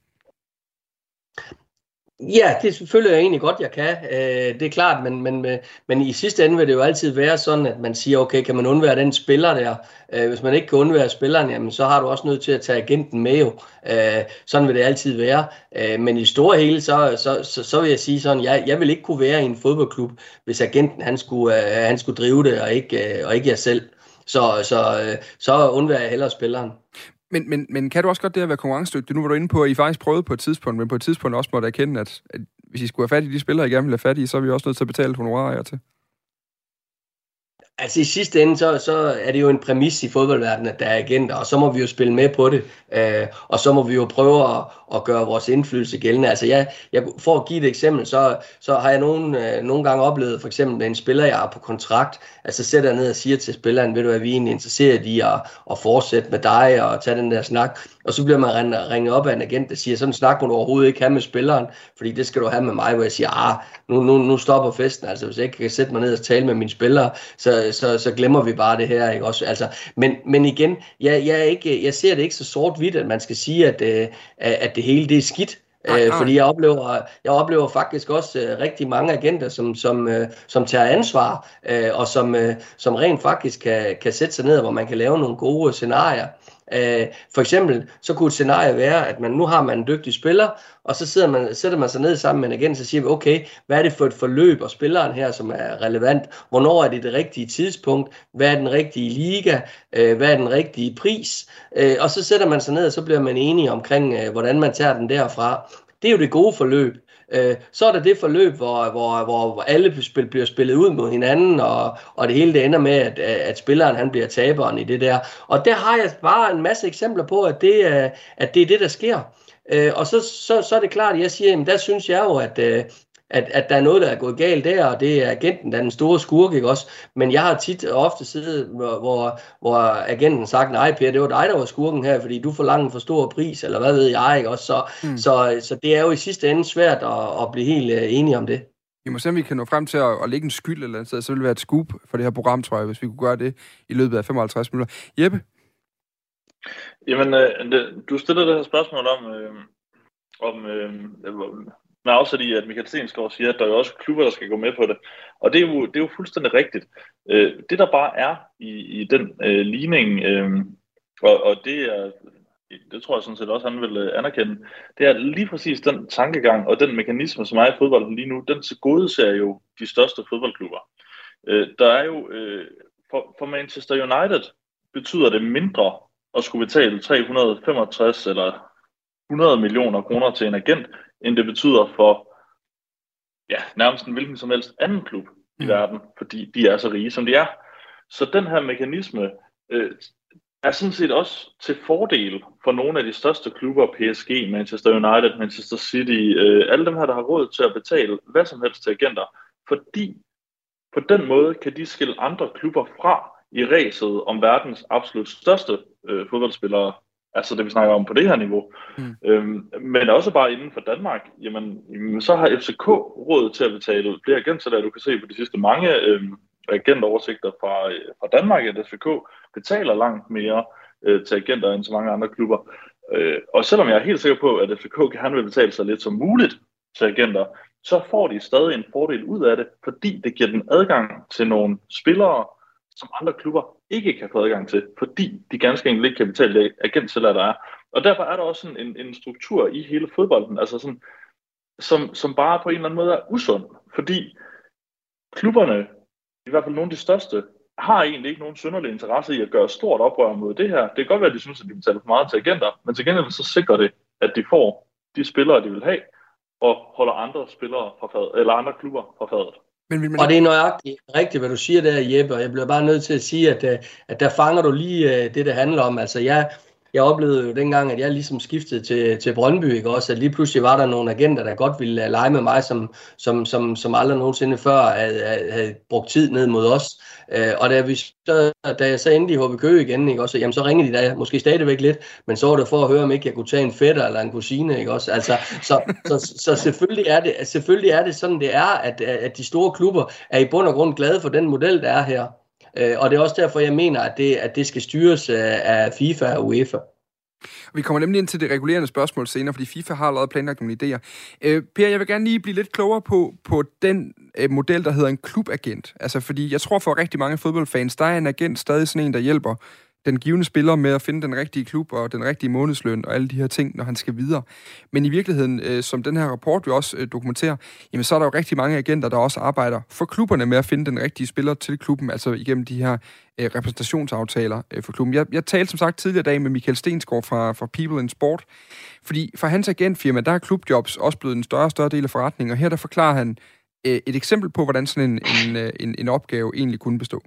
Ja, det er selvfølgelig egentlig godt, jeg kan. Øh, det er klart, men, men, men i sidste ende vil det jo altid være sådan, at man siger, okay, kan man undvære den spiller der? Øh, hvis man ikke kan undvære spilleren, jamen, så har du også nødt til at tage agenten med jo. Øh, sådan vil det altid være. Øh, men i store hele, så, så, så, så vil jeg sige sådan, jeg, jeg vil ikke kunne være i en fodboldklub, hvis agenten han skulle, øh, han skulle drive det, og ikke, øh, og ikke jeg selv. Så, så, øh, så undværer jeg hellere spilleren. Men, men, men kan du også godt det at være konkurrencedygtig? Nu var du inde på, at I faktisk prøvede på et tidspunkt, men på et tidspunkt også måtte erkende, at, at hvis I skulle have fat i de spillere, I gerne ville have fat i, så er vi også nødt til at betale honorarer til. Altså i sidste ende, så, så er det jo en præmis i fodboldverdenen, at der er agenter, og så må vi jo spille med på det, øh, og så må vi jo prøve at, at gøre vores indflydelse gældende. Altså jeg, jeg, for at give et eksempel, så, så har jeg nogle, øh, nogle gange oplevet, for eksempel med en spiller, jeg har på kontrakt, altså sætter jeg ned og siger til spilleren, ved du hvad, vi er egentlig interesseret i at, at fortsætte med dig og tage den der snak, og så bliver man ringet op af en agent, der siger, sådan en snak må du overhovedet ikke have med spilleren, fordi det skal du have med mig, hvor jeg siger, ah, nu, nu, nu stopper festen, altså hvis jeg ikke kan sætte mig ned og tale med mine spillere, så Så, så glemmer vi bare det her, ikke også? Altså, men, men igen, jeg, jeg, er ikke, jeg ser det ikke så sort-hvidt, at man skal sige, at, at det hele det er skidt. Nej, nej. Fordi jeg oplever, jeg oplever faktisk også uh, rigtig mange agenter, som, som, uh, som tager ansvar, uh, og som, uh, som rent faktisk kan, kan sætte sig ned, hvor man kan lave nogle gode scenarier. Uh, for eksempel, så kunne et scenarie være, at man, nu har man en dygtig spiller, og så sidder man, sætter man sig ned sammen med en agent, så siger vi, okay, hvad er det for et forløb, og spilleren her, som er relevant? Hvornår er det det rigtige tidspunkt? Hvad er den rigtige liga? Uh, hvad er den rigtige pris? Uh, og så sætter man sig ned, og så bliver man enige omkring, uh, hvordan man tager den derfra. Det er jo det gode forløb. Så er der det forløb, hvor, hvor, hvor alle spil, bliver spillet ud mod hinanden, og, og det hele det ender med, at, at spilleren han bliver taberen i det der. Og der har jeg bare en masse eksempler på, at det, at det er det, der sker. Og så, så, så er det klart, at jeg siger, at der synes jeg jo, at, at, at der er noget, der er gået galt der, og det er agenten, der er den store skurk, ikke også? Men jeg har tit og ofte siddet, hvor, hvor, hvor agenten sagt, nej Per, det var dig, der var skurken her, fordi du forlanger en for stor pris, eller hvad ved jeg, ikke også? Så, mm. så, så det er jo i sidste ende svært at, at blive helt uh, enige om det. Vi må se, om vi kan nå frem til at, at lægge en skyld eller andet sted, så vil det være et scoop for det her program, tror jeg, hvis vi kunne gøre det i løbet af femoghalvtreds minutter. Jeppe? Jamen, øh, det, du stillede det her spørgsmål om, øh, om øh, med afsæt i, at Michael Stensgaard siger, at der er jo også klubber, der skal gå med på det. Og det er jo, det er jo fuldstændig rigtigt. Øh, det, der bare er i, i den øh, ligning, øh, og, og det er, det tror jeg sådan set også, han vil anerkende, det er lige præcis den tankegang og den mekanisme, som er i fodbolden lige nu, den tilgodeser jo de største fodboldklubber. Øh, der er jo, øh, for, for Manchester United betyder det mindre at skulle betale tre hundrede og femogtres eller hundrede millioner kroner til en agent, end det betyder for ja, nærmest en hvilken som helst anden klub i mm. verden, fordi de er så rige, som de er. Så den her mekanisme øh, er sådan set også til fordel for nogle af de største klubber, P S G, Manchester United, Manchester City, øh, alle dem her, der har råd til at betale hvad som helst til agenter, fordi på den måde kan de skille andre klubber fra i ræset om verdens absolut største øh, fodboldspillere, altså det vi snakker om på det her niveau. Mm. Øhm, men også bare inden for Danmark, jamen, jamen så har F C K råd til at betale flere agenter, der du kan se på de sidste mange øh, agentoversigter fra, øh, fra Danmark, at F C K betaler langt mere øh, til agenter end så mange andre klubber. Øh, og selvom jeg er helt sikker på, at F C K gerne vil betale så lidt som muligt til agenter, så får de stadig en fordel ud af det, fordi det giver den adgang til nogle spillere, som andre klubber ikke kan få adgang til, fordi de ganske enkelt ikke kan betale det agentsalær, der er. Og derfor er der også sådan en, en struktur i hele fodbolden, altså sådan, som, som bare på en eller anden måde er usund, fordi klubberne, i hvert fald nogle af de største, har egentlig ikke nogen synderlig interesse i at gøre stort oprør mod det her. Det kan godt være, at de synes, at de betaler for meget til agenter, men til gengæld så sikrer det, at de får de spillere, de vil have, og holder andre spillere fra fadet, eller andre klubber fra fadet. Men, men, og det er nøjagtigt rigtigt, hvad du siger der, Jeppe, og jeg bliver bare nødt til at sige, at, at der fanger du lige det, det handler om. Altså, jeg, jeg oplevede jo dengang, at jeg ligesom skiftede til, til Brøndby, ikke også? At lige pludselig var der nogle agenter, der godt ville lege med mig, som, som, som, som aldrig nogensinde før havde, havde brugt tid ned mod os. Og da, vi så, da jeg så endte i H B Køge igen, ikke også? Jamen, så ringede de da måske stadigvæk lidt, men så var det for at høre, om ikke jeg kunne tage en fætter eller en kusine, ikke også? Altså, så, så, så, så selvfølgelig, er det, selvfølgelig er det sådan, det er, at, at de store klubber er i bund og grund glade for den model, der er her. Og det er også derfor, jeg mener, at det, at det skal styres af FIFA og UEFA. Vi kommer nemlig ind til det regulerende spørgsmål senere, fordi FIFA har allerede planlagt nogle idéer. Øh, Per, jeg vil gerne lige blive lidt klogere på, på den øh, model, der hedder en klubagent. Altså, fordi jeg tror for rigtig mange fodboldfans, der er en agent stadig sådan en, der hjælper den givende spiller med at finde den rigtige klub og den rigtige månedsløn og alle de her ting, når han skal videre. Men i virkeligheden, øh, som den her rapport jo også øh, dokumenterer, jamen så er der jo rigtig mange agenter, der også arbejder for klubberne med at finde den rigtige spiller til klubben, altså igennem de her øh, repræsentationsaftaler øh, for klubben. Jeg, jeg talte som sagt tidligere i dag med Michael Stensgaard fra, fra People in Sport, fordi for hans agentfirma, der er klubjobs også blevet en større og større del af forretningen, og her der forklarer han øh, et eksempel på, hvordan sådan en, en, en, en opgave egentlig kunne bestå.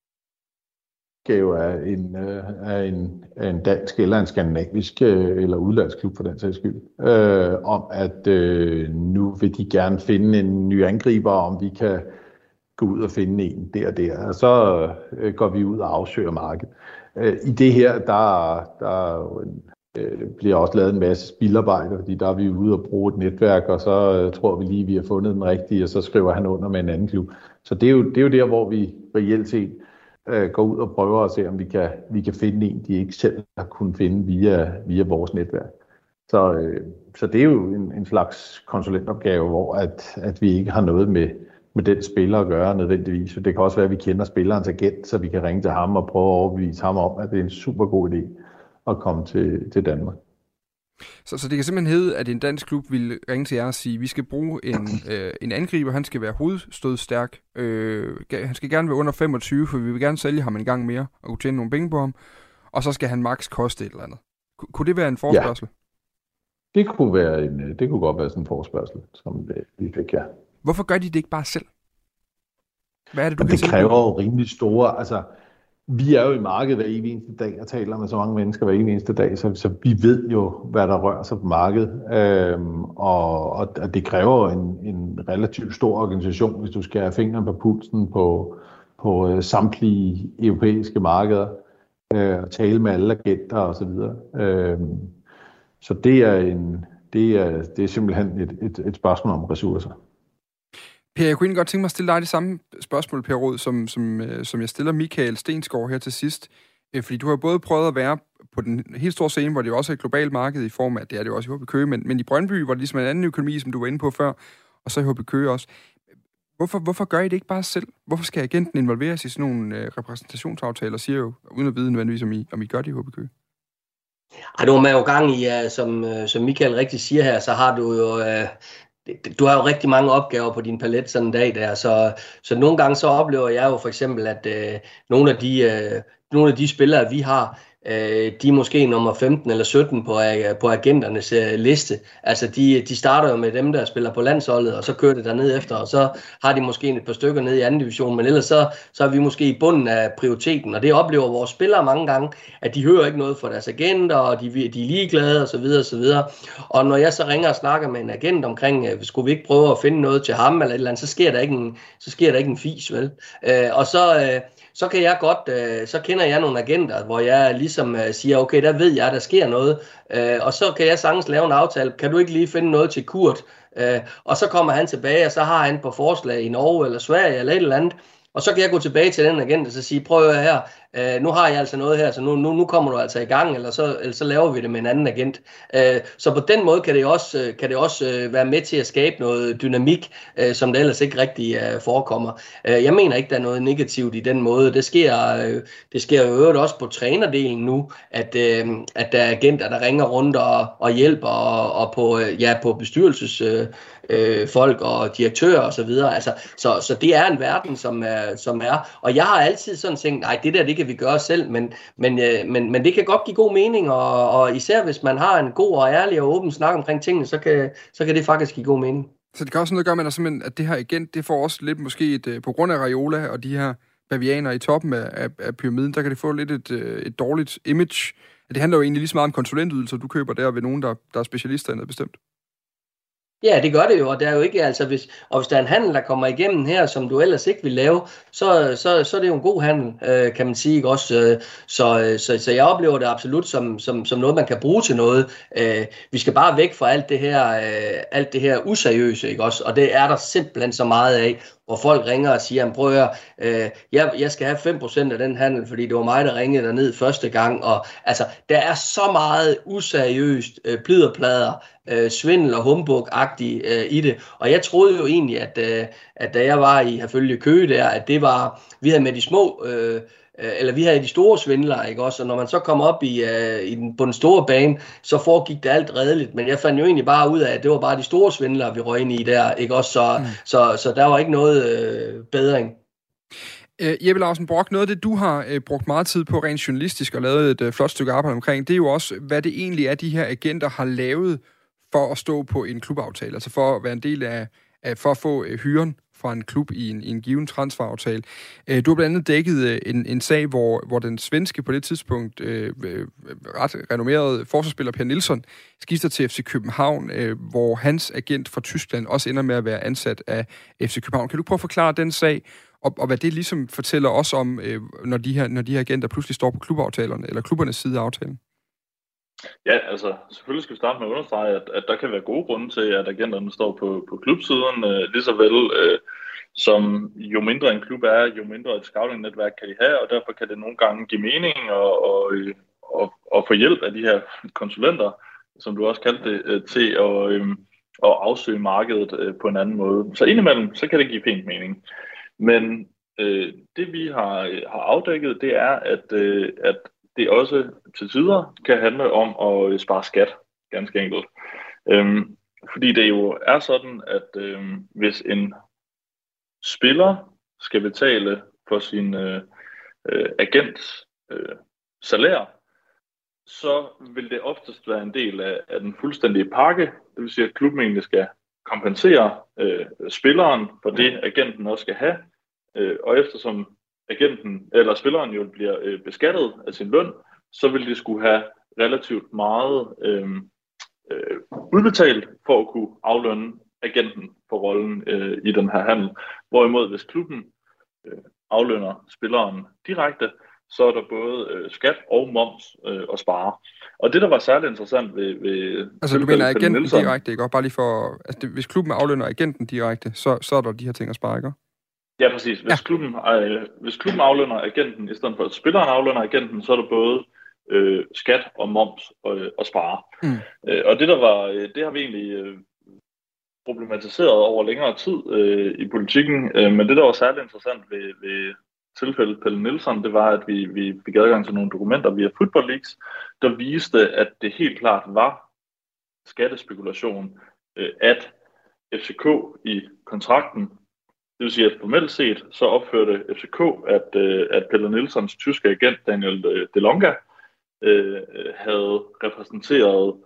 Opgave er en, er en, er en dansk eller en skandinavisk eller udlandsk klub for den sags skyld, øh, om at øh, nu vil de gerne finde en ny angriber, om vi kan gå ud og finde en der og der, og så øh, går vi ud og afsøger markedet. Øh, I det her, der, der øh, bliver også lavet en masse spildarbejde, fordi der er vi ude og bruge et netværk, og så øh, tror vi lige, at vi har fundet den rigtige, og så skriver han under med en anden klub. Så det er jo, det er jo der, hvor vi reelt set går ud og prøver at se, om vi kan, vi kan finde en, de ikke selv har kunnet finde via, via vores netværk. Så, øh, så det er jo en, en slags konsulentopgave, hvor at, at vi ikke har noget med, med den spiller at gøre nødvendigvis. Det kan også være, at vi kender spillerens agent, så vi kan ringe til ham og prøve at overbevise ham om, at det er en super god idé at komme til, til Danmark. Så, så det kan simpelthen hedde, at en dansk klub vil ringe til jer og sige, at vi skal bruge en, øh, en angriber, han skal være hovedstødstærk, øh, han skal gerne være under femogtyve, for vi vil gerne sælge ham en gang mere og kunne tjene nogle penge på ham, og så skal han maks koste et eller andet. Kunne det være en forespørgsel? Ja, det kunne, være en, det kunne godt være sådan en forespørgsel, som det, vi fik, ja. Hvorfor gør de det ikke bare selv? Hvad er det, du det kræver jo rimelig store, altså vi er jo i markedet hver evig eneste dag og taler med så mange mennesker hver evig eneste dag, så, så vi ved jo, hvad der rører sig på markedet. Øhm, og, og det kræver en, en relativt stor organisation, hvis du skal have fingeren på pulsen på, på øh, samtlige europæiske markeder, øh, og tale med alle agenter og så videre. Øhm, så det er, en, det, er, det er simpelthen et, et, et spørgsmål om ressourcer. Per, jeg kunne egentlig godt tænke mig at stille dig det samme spørgsmål, Per Rod, som, som, som jeg stiller Michael Stensgaard her til sidst. Fordi du har både prøvet at være på den helt store scene, hvor det jo også er et globalt marked i form af, det er det jo også i H B Køge, men, men i Brøndby, hvor det ligesom er en anden økonomi, som du var inde på før, og så i H B Køge også. Hvorfor, hvorfor gør I det ikke bare selv? Hvorfor skal agenten involveres i sådan nogle øh, repræsentationsaftaler, siger jo, uden at vide nødvendigvis, om I, om I gør det i H B Køge? Ej, du er jo gang i, ja, som, som Michael rigtig siger her, så har du jo... Øh Du har jo rigtig mange opgaver på din palet sådan en dag der, så, så nogle gange så oplever jeg jo for eksempel, at øh, nogle, af de, øh, nogle af de spillere, vi har, øh, de er måske nummer femten eller sytten på, øh, på agenternes øh, liste. Altså de, de starter jo med dem, der spiller på landsholdet, og så kører det derned efter, og så har de måske et par stykker ned i anden division, men ellers så, så er vi måske i bunden af prioriteten, og det oplever vores spillere mange gange, at de hører ikke noget fra deres agenter, og de, de er ligeglade osv. osv. Og når jeg så ringer og snakker med en agent omkring, øh, skulle vi ikke prøve at finde noget til ham eller et eller andet, så sker der ikke en, så sker der ikke en fis, vel? Øh, og så... Øh, så kan jeg godt, øh, så kender jeg nogle agenter, hvor jeg ligesom øh, siger, okay, der ved jeg, der sker noget, øh, og så kan jeg sagtens lave en aftale, kan du ikke lige finde noget til Kurt, øh, og så kommer han tilbage, og så har han på forslag i Norge eller Sverige eller et eller andet, og så kan jeg gå tilbage til den agent og så sige, prøv at her, øh, nu har jeg altså noget her, så nu, nu, nu kommer du altså i gang, eller så, eller så laver vi det med en anden agent. Øh, så på den måde kan det også, kan det også øh, være med til at skabe noget dynamik, øh, som det ellers ikke rigtig øh, forekommer. Øh, jeg mener ikke, der er noget negativt i den måde. Det sker, øh, det sker jo øvrigt også på trænerdelen nu, at, øh, at der er agenter, der ringer rundt og, og hjælper, og, og på, øh, ja, på bestyrelses... Øh, Øh, folk og direktører og så videre. Altså, så, så det er en verden, som er, som er. Og jeg har altid sådan tænkt, nej, det der, det kan vi gøre selv, men, men, øh, men, men det kan godt give god mening, og, og især hvis man har en god og ærlig og åben snak omkring tingene, så kan, så kan det faktisk give god mening. Så det kan også noget at gøre med, at, simpelthen, at det her agent, det får også lidt måske et, på grund af Raiola og de her bavianer i toppen af, af, af pyramiden, der kan det få lidt et, et dårligt image. Det handler jo egentlig lige så meget om konsulentydelser, du køber der ved nogen, der, der er specialister i noget bestemt. Ja, det gør det jo, og der er jo ikke, altså hvis, og hvis der er en handel, der kommer igennem her, som du ellers ikke vil lave, så, så, så er det jo en god handel, øh, kan man sige, ikke også? Så, så, så jeg oplever det absolut som, som, som noget, man kan bruge til noget. Øh, vi skal bare væk fra alt det her, øh, alt det her useriøse, ikke også? Og det er der simpelthen så meget af, hvor folk ringer og siger, prøv at høre, øh, jeg, jeg skal have fem procent af den handel, fordi det var mig, der ringede derned første gang. Og altså, der er så meget useriøst, øh, pliderplader, øh, svindel og humbug-agtigt øh, i det. Og jeg troede jo egentlig, at, øh, at da jeg var i herfølge Køge der, at det var, vi havde med de små... Øh, eller vi havde de store svindlere, ikke også? Og når man så kom op i, uh, i den, på den store bane, så foregik det alt redeligt. Men jeg fandt jo egentlig bare ud af, at det var bare de store svindlere, vi røg ind i der, ikke også? Så, mm. så, så der var ikke noget uh, bedring. Uh, Jeppe Larsen Brock, noget af det, du har uh, brugt meget tid på rent journalistisk og lavet et uh, flot stykke arbejde omkring, det er jo også, hvad det egentlig er, de her agenter har lavet for at stå på en klubaftale, altså for at være en del af, af for at få uh, hyren fra en klub i en, i en given transferaftale. Øh, du har blandt andet dækket øh, en, en sag, hvor, hvor den svenske på det tidspunkt øh, øh, ret renommerede forsvarsspiller Per Nilsson skifter til F C København, øh, hvor hans agent fra Tyskland også ender med at være ansat af F C København. Kan du prøve at forklare den sag, og, og hvad det ligesom fortæller os om, øh, når, de her, når de her agenter pludselig står på klubaftalerne, eller klubbernes side af aftalen? Ja, altså selvfølgelig skal vi starte med at understrege, at, at der kan være gode grunde til, at agenterne står på, på klubsiden, øh, lige så vel øh, som jo mindre en klub er, jo mindre et scouting-netværk kan de have, og derfor kan det nogle gange give mening og, og, og, og få hjælp af de her konsulenter som du også kaldte det, øh, til at, øh, at afsøge markedet øh, på en anden måde. Så indimellem, så kan det give fint mening. Men øh, det vi har, har afdækket, det er, at, øh, at det også til tider kan handle om at spare skat, ganske enkelt. Øhm, fordi det jo er sådan, at øh, hvis en spiller skal betale for sin øh, øh, agents øh, salær, så vil det oftest være en del af, af den fuldstændige pakke. Det vil sige, at klubben egentlig skal kompensere øh, spilleren for det, agenten også skal have. Øh, og eftersom agenten eller spilleren jo bliver øh, beskattet af sin løn, så vil de skulle have relativt meget øh, øh, udbetalt for at kunne aflønne agenten for rollen øh, i den her handel. Hvorimod hvis klubben øh, aflønner spilleren direkte, så er der både øh, skat og moms øh, at spare. Og det, der var særligt interessant ved... ved altså, du mener agenten direkte, ikke? Og bare lige for... Altså, det, hvis klubben aflønner agenten direkte, så, så er der de her ting at spare, ikke? Ja, præcis. Hvis, ja. Klubben, øh, hvis klubben aflønner agenten, i stedet for at spilleren aflønner agenten, så er der både øh, skat og moms øh, at spare. Mm. Øh, og det, der var, øh, det har vi egentlig øh, problematiseret over længere tid øh, i politikken. Øh, men det, der var særligt interessant ved... ved tilfældet Pelle Nielsen, det var, at vi, vi fik adgang til nogle dokumenter via Football Leaks, der viste, at det helt klart var skattespekulation, at F C K i kontrakten, det vil sige, at formelt set, så opførte F C K, at, at Pelle Nielsens tyske agent, Daniel DeLonga, havde repræsenteret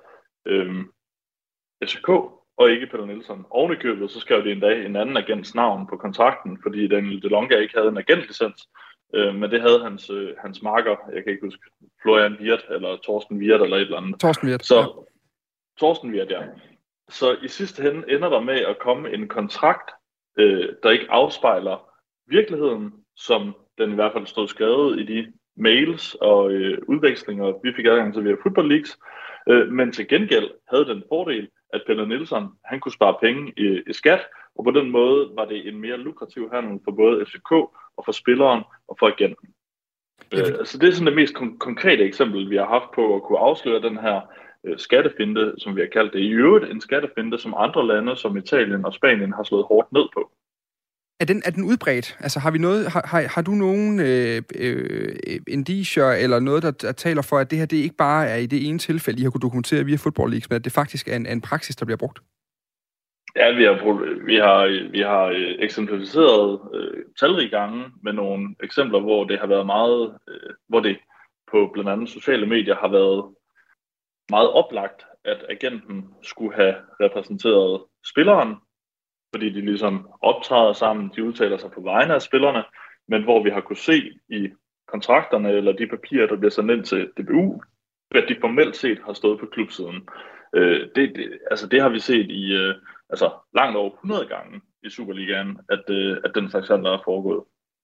F C K, og ikke Pelle Nielsen. Oven i købet, så skrev de endda en anden agents navn på kontrakten, fordi Daniel DeLonga ikke havde en agentlicens, øh, men det havde hans, øh, hans marker, jeg kan ikke huske, Florian Wirth, eller Torsten Wirth, eller et eller andet. Torsten Wirth, så, ja. Torsten Wirth, ja. Så i sidste ende ender der med at komme en kontrakt, øh, der ikke afspejler virkeligheden, som den i hvert fald stod skrevet i de mails og øh, udvekslinger, vi fik adgang til via Football Leaks, øh, men til gengæld havde den fordel, at Pelle Nielsen, han kunne spare penge i, i skat, og på den måde var det en mere lukrativ handel for både F C K og for spilleren og for agenten. Ja. Øh, så det er sådan det mest kon- konkrete eksempel, vi har haft på at kunne afsløre den her øh, skattefinte, som vi har kaldt det. I øvrigt en skattefinte, som andre lande, som Italien og Spanien, har slået hårdt ned på. Er den, er den udbredt? Altså har vi noget, har, har, har du nogen øh, øh, indicier eller noget, der, der taler for, at det her det ikke bare er i det ene tilfælde, I har kunnet dokumentere via Football Leaks, men at det faktisk er en, en praksis, der bliver brugt? Ja, vi har, vi har, vi har eksemplificeret øh, talrige gange med nogle eksempler, hvor det har været meget, øh, hvor det på blandt andet sociale medier har været meget oplagt, at agenten skulle have repræsenteret spilleren, fordi de ligesom optræder sammen, de udtaler sig på vegne af spillerne, men hvor vi har kunne se i kontrakterne eller de papirer, der bliver sendt ind til D B U, at de formelt set har stået på klubsiden. Øh, det, det, altså det har vi set i øh, altså langt over hundrede gange i Superligaen, at, øh, at den slags handler er foregået.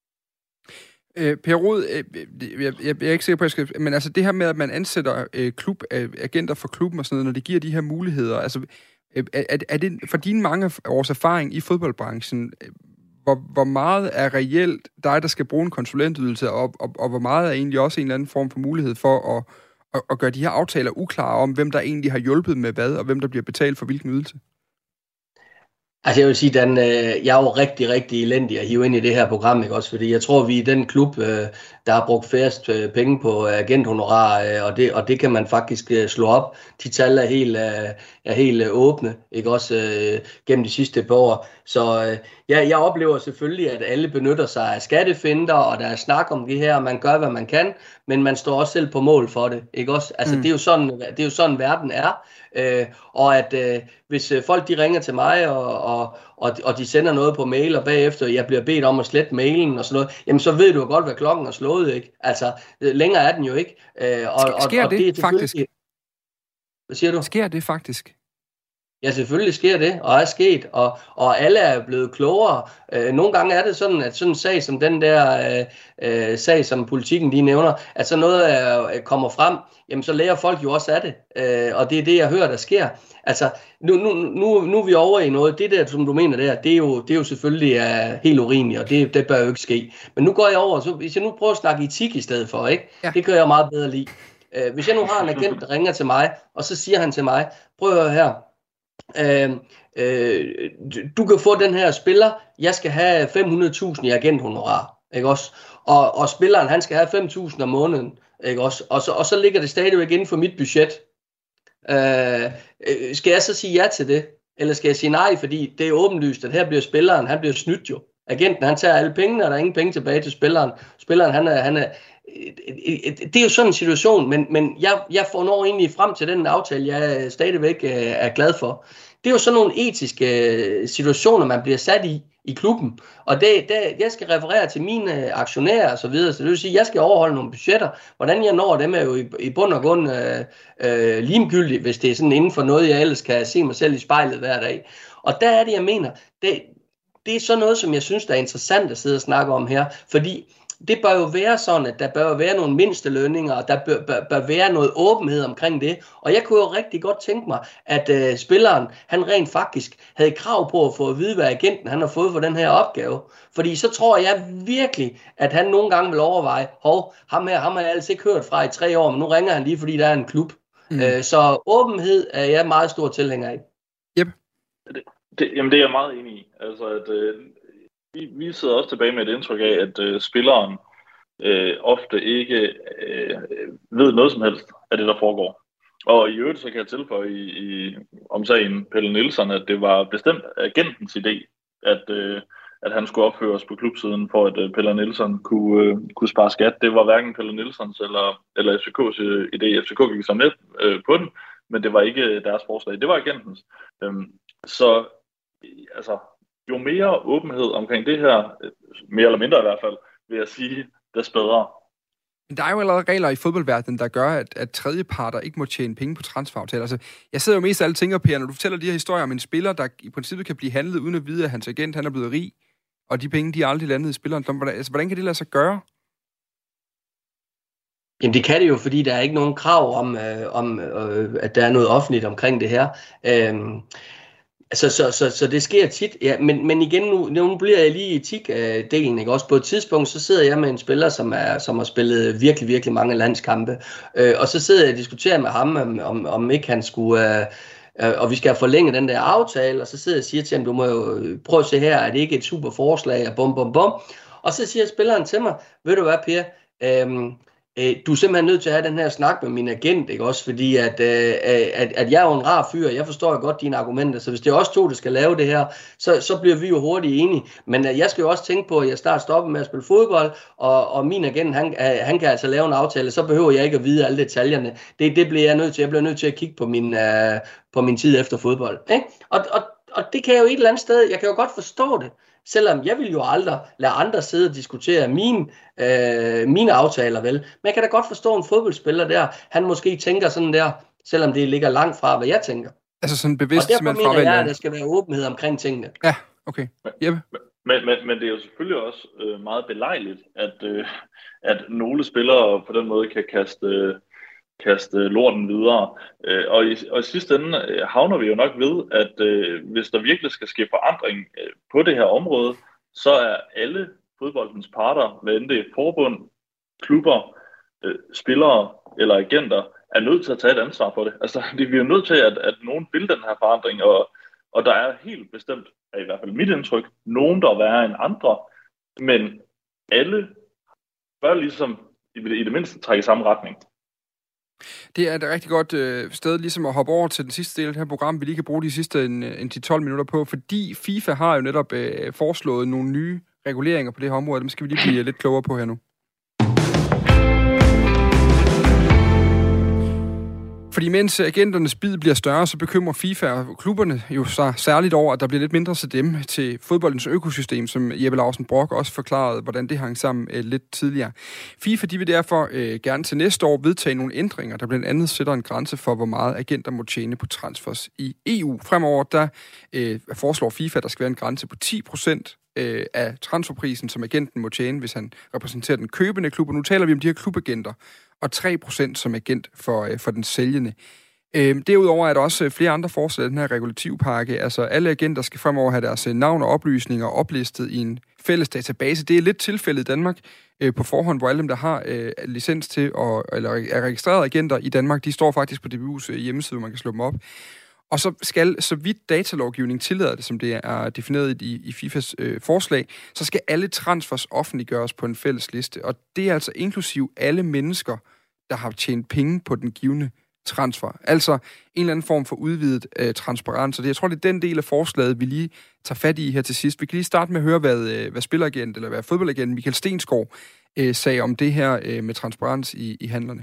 Øh, Per Rud, øh, jeg, jeg, jeg er ikke sikker på, at jeg skal... Men altså det her med, at man ansætter øh, klub, øh, agenter for klubben og sådan noget, når det giver de her muligheder, altså Er, er det for dine mange års erfaring i fodboldbranchen, hvor, hvor meget er reelt dig, der skal bruge en konsulentydelse, og, og, og hvor meget er egentlig også en eller anden form for mulighed for at, at, at gøre de her aftaler uklare om, hvem der egentlig har hjulpet med hvad, og hvem der bliver betalt for hvilken ydelse? Altså jeg vil sige, Dan, jeg er jo rigtig, rigtig elendig at hive ind i det her program, ikke også? Fordi jeg tror, vi er den klub, der har brugt færrest penge på agenthonorar, og det, og det kan man faktisk slå op. De tal er helt, er helt åbne, ikke også, gennem de sidste par år. Så ja, jeg oplever selvfølgelig, at alle benytter sig af skattefinder, og der er snak om det her, og man gør, hvad man kan, men man står også selv på mål for det, ikke også? Altså mm. det er jo sådan, det er jo sådan verden er, øh, og at øh, hvis folk de ringer til mig, og, og, og, og de sender noget på mail, og bagefter jeg bliver bedt om at slette mailen og sådan noget, jamen så ved du jo godt, hvad klokken er slået, ikke? Altså længere er den jo ikke. Øh, og, Sker og, det, og det faktisk? Hvad siger du? Sker det faktisk? Ja, selvfølgelig sker det, og er sket, og, og alle er blevet klogere. Øh, nogle gange er det sådan, at sådan en sag som den der øh, øh, sag, som politikken de nævner, at så noget øh, kommer frem, jamen så lærer folk jo også af det, øh, og det er det, jeg hører, der sker. Altså, nu, nu, nu, nu er vi over i noget, det der, som du mener der, det er jo, det er jo selvfølgelig uh, helt urimeligt, og det, det bør jo ikke ske. Men nu går jeg over, så hvis jeg nu prøver at snakke etik i stedet for, ikke? Ja. Det gør jeg meget bedre lide. Øh, hvis jeg nu har en agent, der ringer til mig, og så siger han til mig, prøv at høre her, øh, øh, du kan få den her spiller, jeg skal have fem hundrede tusind i agenthonorar, ikke også? Og, og spilleren, han skal have fem tusind om måneden, ikke også? Og så, og så ligger det stadigvæk inden for mit budget. Øh, skal jeg så sige ja til det? Eller skal jeg sige nej, fordi det er åbenlyst, at her bliver spilleren, han bliver snydt jo. Agenten, han tager alle pengene, og der er ingen penge tilbage til spilleren. Spilleren, han er, han er det er jo sådan en situation, men, men jeg, jeg får når egentlig frem til den aftale, jeg stadigvæk er glad for. Det er jo sådan nogle etiske situationer, man bliver sat i, i klubben. Og det, det, jeg skal referere til mine aktionærer og så videre, så det vil sige, at jeg skal overholde nogle budgetter. Hvordan jeg når dem er jo i, i bund og grund øh, øh, ligegyldigt, hvis det er sådan inden for noget, jeg ellers kan se mig selv i spejlet hver dag. Og der er det, jeg mener, det, det er sådan noget, som jeg synes, der er interessant at sidde og snakke om her, fordi det bør jo være sådan, at der bør være nogle mindstelønninger, og der bør, bør, bør være noget åbenhed omkring det. Og jeg kunne jo rigtig godt tænke mig, at øh, spilleren, han rent faktisk havde krav på at få at vide, hvad agenten han har fået for den her opgave. Fordi så tror jeg virkelig, at han nogle gange vil overveje, hov, ham her, ham har jeg altså ikke hørt fra i tre år, men nu ringer han lige, fordi der er en klub. Mm. Øh, så åbenhed er jeg meget stor tilhænger af. Yep. Det, det, jamen det er jeg meget enig i. Altså at... Øh... Vi, vi sidder også tilbage med et indtryk af, at øh, spilleren øh, ofte ikke øh, ved noget som helst af det, der foregår. Og i øvrigt så kan jeg tilføje i, i om sagen Pelle Nielsen, at det var bestemt agentens idé, at, øh, at han skulle opføres på klubsiden, for at øh, Pelle Nielsen kunne, øh, kunne spare skat. Det var hverken Pelle Nielsens eller, eller F C K's idé. F C K gik så med øh, på den, men det var ikke deres forslag. Det var agentens. Øhm, så altså... Jo mere åbenhed omkring det her, mere eller mindre i hvert fald, vil jeg sige, des bedre. Men der er jo allerede regler i fodboldverdenen, der gør, at, at tredjeparter ikke må tjene penge på transferaftaler. Altså, jeg sidder jo mest af alle tænker, Per, når du fortæller de her historier om en spiller, der i princippet kan blive handlet, uden at vide, at hans agent han er blevet rig, og de penge, de er aldrig landet i spilleren. Altså, hvordan kan det lade sig gøre? Jamen det kan det jo, fordi der er ikke nogen krav om, øh, om øh, at der er noget offentligt omkring det her. Øh, Så, så, så, så det sker tit, ja, men, men igen, nu, nu bliver jeg lige i etik-delen, ikke? Også på et tidspunkt, så sidder jeg med en spiller, som, er, som har spillet virkelig, virkelig mange landskampe, øh, og så sidder jeg og diskuterer med ham, om, om, om ikke han skulle, øh, øh, og vi skal forlænge den der aftale, og så sidder jeg og siger til ham, du må jo prøve at se her, er det ikke et super forslag, og bum, bum, bum, og så siger spilleren til mig, ved du hvad, Per, øh, du er simpelthen nødt til at have den her snak med min agent, ikke også? Fordi at, at, at jeg er jo en rar fyr, jeg forstår jo godt dine argumenter, så hvis det er os to, der skal lave det her, så, så bliver vi jo hurtigt enige. Men jeg skal jo også tænke på, at jeg snart stopper med at spille fodbold, og, og min agent, han, han kan altså lave en aftale, så behøver jeg ikke at vide alle detaljerne. Det, det bliver jeg nødt til. Jeg bliver nødt til at kigge på min, uh, på min tid efter fodbold. Ikke? Og, og, og det kan jeg jo et eller andet sted, jeg kan jo godt forstå det. Selvom jeg vil jo aldrig lade andre sidde og diskutere mine, øh, mine aftaler, vel. Men jeg kan da godt forstå en fodboldspiller der, han måske tænker sådan der, selvom det ligger langt fra, hvad jeg tænker. Altså sådan bevidst og derfor mener jeg, at der skal være åbenhed omkring tingene. Ja, okay. Yep. Men, men, men det er jo selvfølgelig også øh, meget belejligt, at, øh, at nogle spillere på den måde kan kaste... Øh, kaste lorten videre. Og i, og i sidste ende havner vi jo nok ved, at øh, hvis der virkelig skal ske forandring øh, på det her område, så er alle fodboldens parter, hvad end det er forbund, klubber, øh, spillere eller agenter, er nødt til at tage et ansvar for det. Altså, det, vi er nødt til, at, at nogen vil den her forandring, og, og der er helt bestemt, er i hvert fald mit indtryk, nogen, der er værre end andre, men alle bør ligesom i, i det mindste trække i samme retning. Det er et rigtig godt øh, sted ligesom at hoppe over til den sidste del af det her program, vi lige kan bruge de sidste en, en til tolv minutter på, fordi FIFA har jo netop øh, foreslået nogle nye reguleringer på det her område. Dem skal vi lige blive lidt klogere på her nu. Fordi mens agenternes bid bliver større, så bekymrer FIFA og klubberne jo så særligt over, at der bliver lidt mindre til dem, til fodboldens økosystem, som Jeppe Lausen Brock også forklarede, hvordan det hang sammen øh, lidt tidligere. FIFA de vil derfor øh, gerne til næste år vedtage nogle ændringer, der blandt andet sætter en grænse for, hvor meget agenter må tjene på transfers i E U. Fremover der øh, foreslår FIFA, at der skal være en grænse på ti procent øh, af transferprisen, som agenten må tjene, hvis han repræsenterer den købende klub. Og nu taler vi om de her klubagenter, og tre procent som agent for, øh, for den sælgende Øh, derudover er der også flere andre forslag i den her regulativpakke. Altså alle agenter skal fremover have deres navn og oplysninger oplistet i en fælles database. Det er lidt tilfældet i Danmark øh, på forhånd, hvor alle dem, der har øh, licens til at, eller er registrerede agenter i Danmark, de står faktisk på D B U's øh, hjemmeside, hvor man kan slå dem op. Og så skal, så vidt datalovgivning tillader det, som det er defineret i, i FIFAs øh, forslag, så skal alle transfers offentliggøres på en fælles liste. Og det er altså inklusiv alle mennesker, der har tjent penge på den givne transfer. Altså en eller anden form for udvidet øh, transparens. Og det, jeg tror, det er den del af forslaget, vi lige tager fat i her til sidst. Vi kan lige starte med at høre, hvad, øh, hvad spilleragent, eller hvad fodboldagent Michael Stensgaard øh, sagde om det her øh, med transparens i, i handlerne.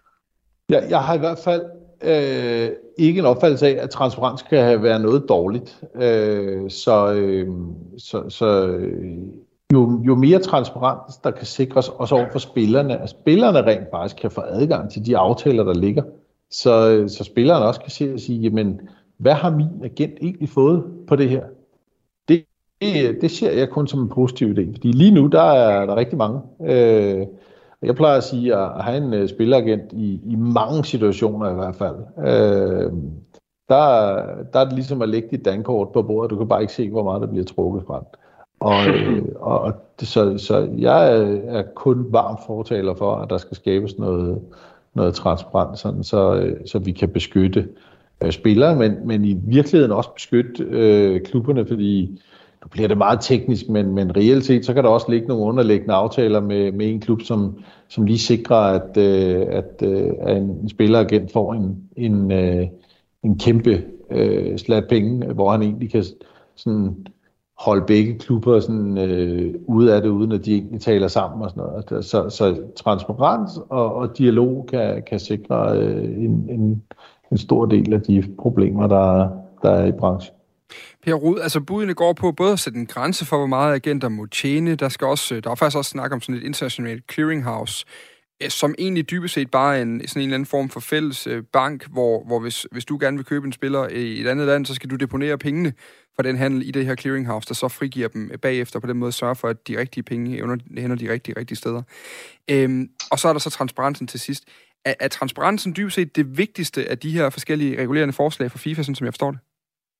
Ja, jeg har i hvert fald øh, ikke en opfattelse af, at transparens kan være noget dårligt. Øh, så øh, så, så øh, jo, jo mere transparens, der kan sikres også over for spillerne, at spillerne rent faktisk kan få adgang til de aftaler, der ligger, så, så spillerne også kan se og sige, jamen, hvad har min agent egentlig fået på det her? Det, det, det ser jeg kun som en positiv idé, fordi lige nu, der er der rigtig mange. Øh, jeg plejer at sige, at have en spilleragent i, i mange situationer i hvert fald. Øh, der, der er det ligesom at lægge dit dankort på bordet, du kan bare ikke se, hvor meget der bliver trukket fra den. Og, øh, og, og så, så jeg er kun varm fortaler for, at der skal skabes noget, noget transparens, sådan, så, så vi kan beskytte øh, spillere, men, men i virkeligheden også beskytte øh, klubberne, fordi nu bliver det meget teknisk, men, men reelt set, så kan der også ligge nogle underliggende aftaler med, med en klub, som, som lige sikrer, at, øh, at, øh, at en spilleragent får en, en, øh, en kæmpe øh, slat penge, hvor han egentlig kan sådan holde begge klubber sådan, øh, ude af det, uden at de egentlig taler sammen og sådan noget. Så, så transparens og, og dialog kan, kan sikre øh, en, en, en stor del af de problemer, der, der er i branchen. Per Rud, altså budene går på både at sætte en grænse for, hvor meget agenter må tjene. Der skal også, der er faktisk også snak om sådan et internationalt clearinghouse, som egentlig dybest set bare er en, sådan en eller anden form for fælles bank, hvor, hvor hvis, hvis du gerne vil købe en spiller i et andet land, så skal du deponere pengene for den handel i det her clearinghouse, der så frigiver dem bagefter, på den måde sørge for, at de rigtige penge ender de rigtige, rigtige steder. Øhm, og så er der så transparensen til sidst. Er, er transparensen dybest set det vigtigste af de her forskellige regulerende forslag fra FIFA, sådan som jeg forstår det?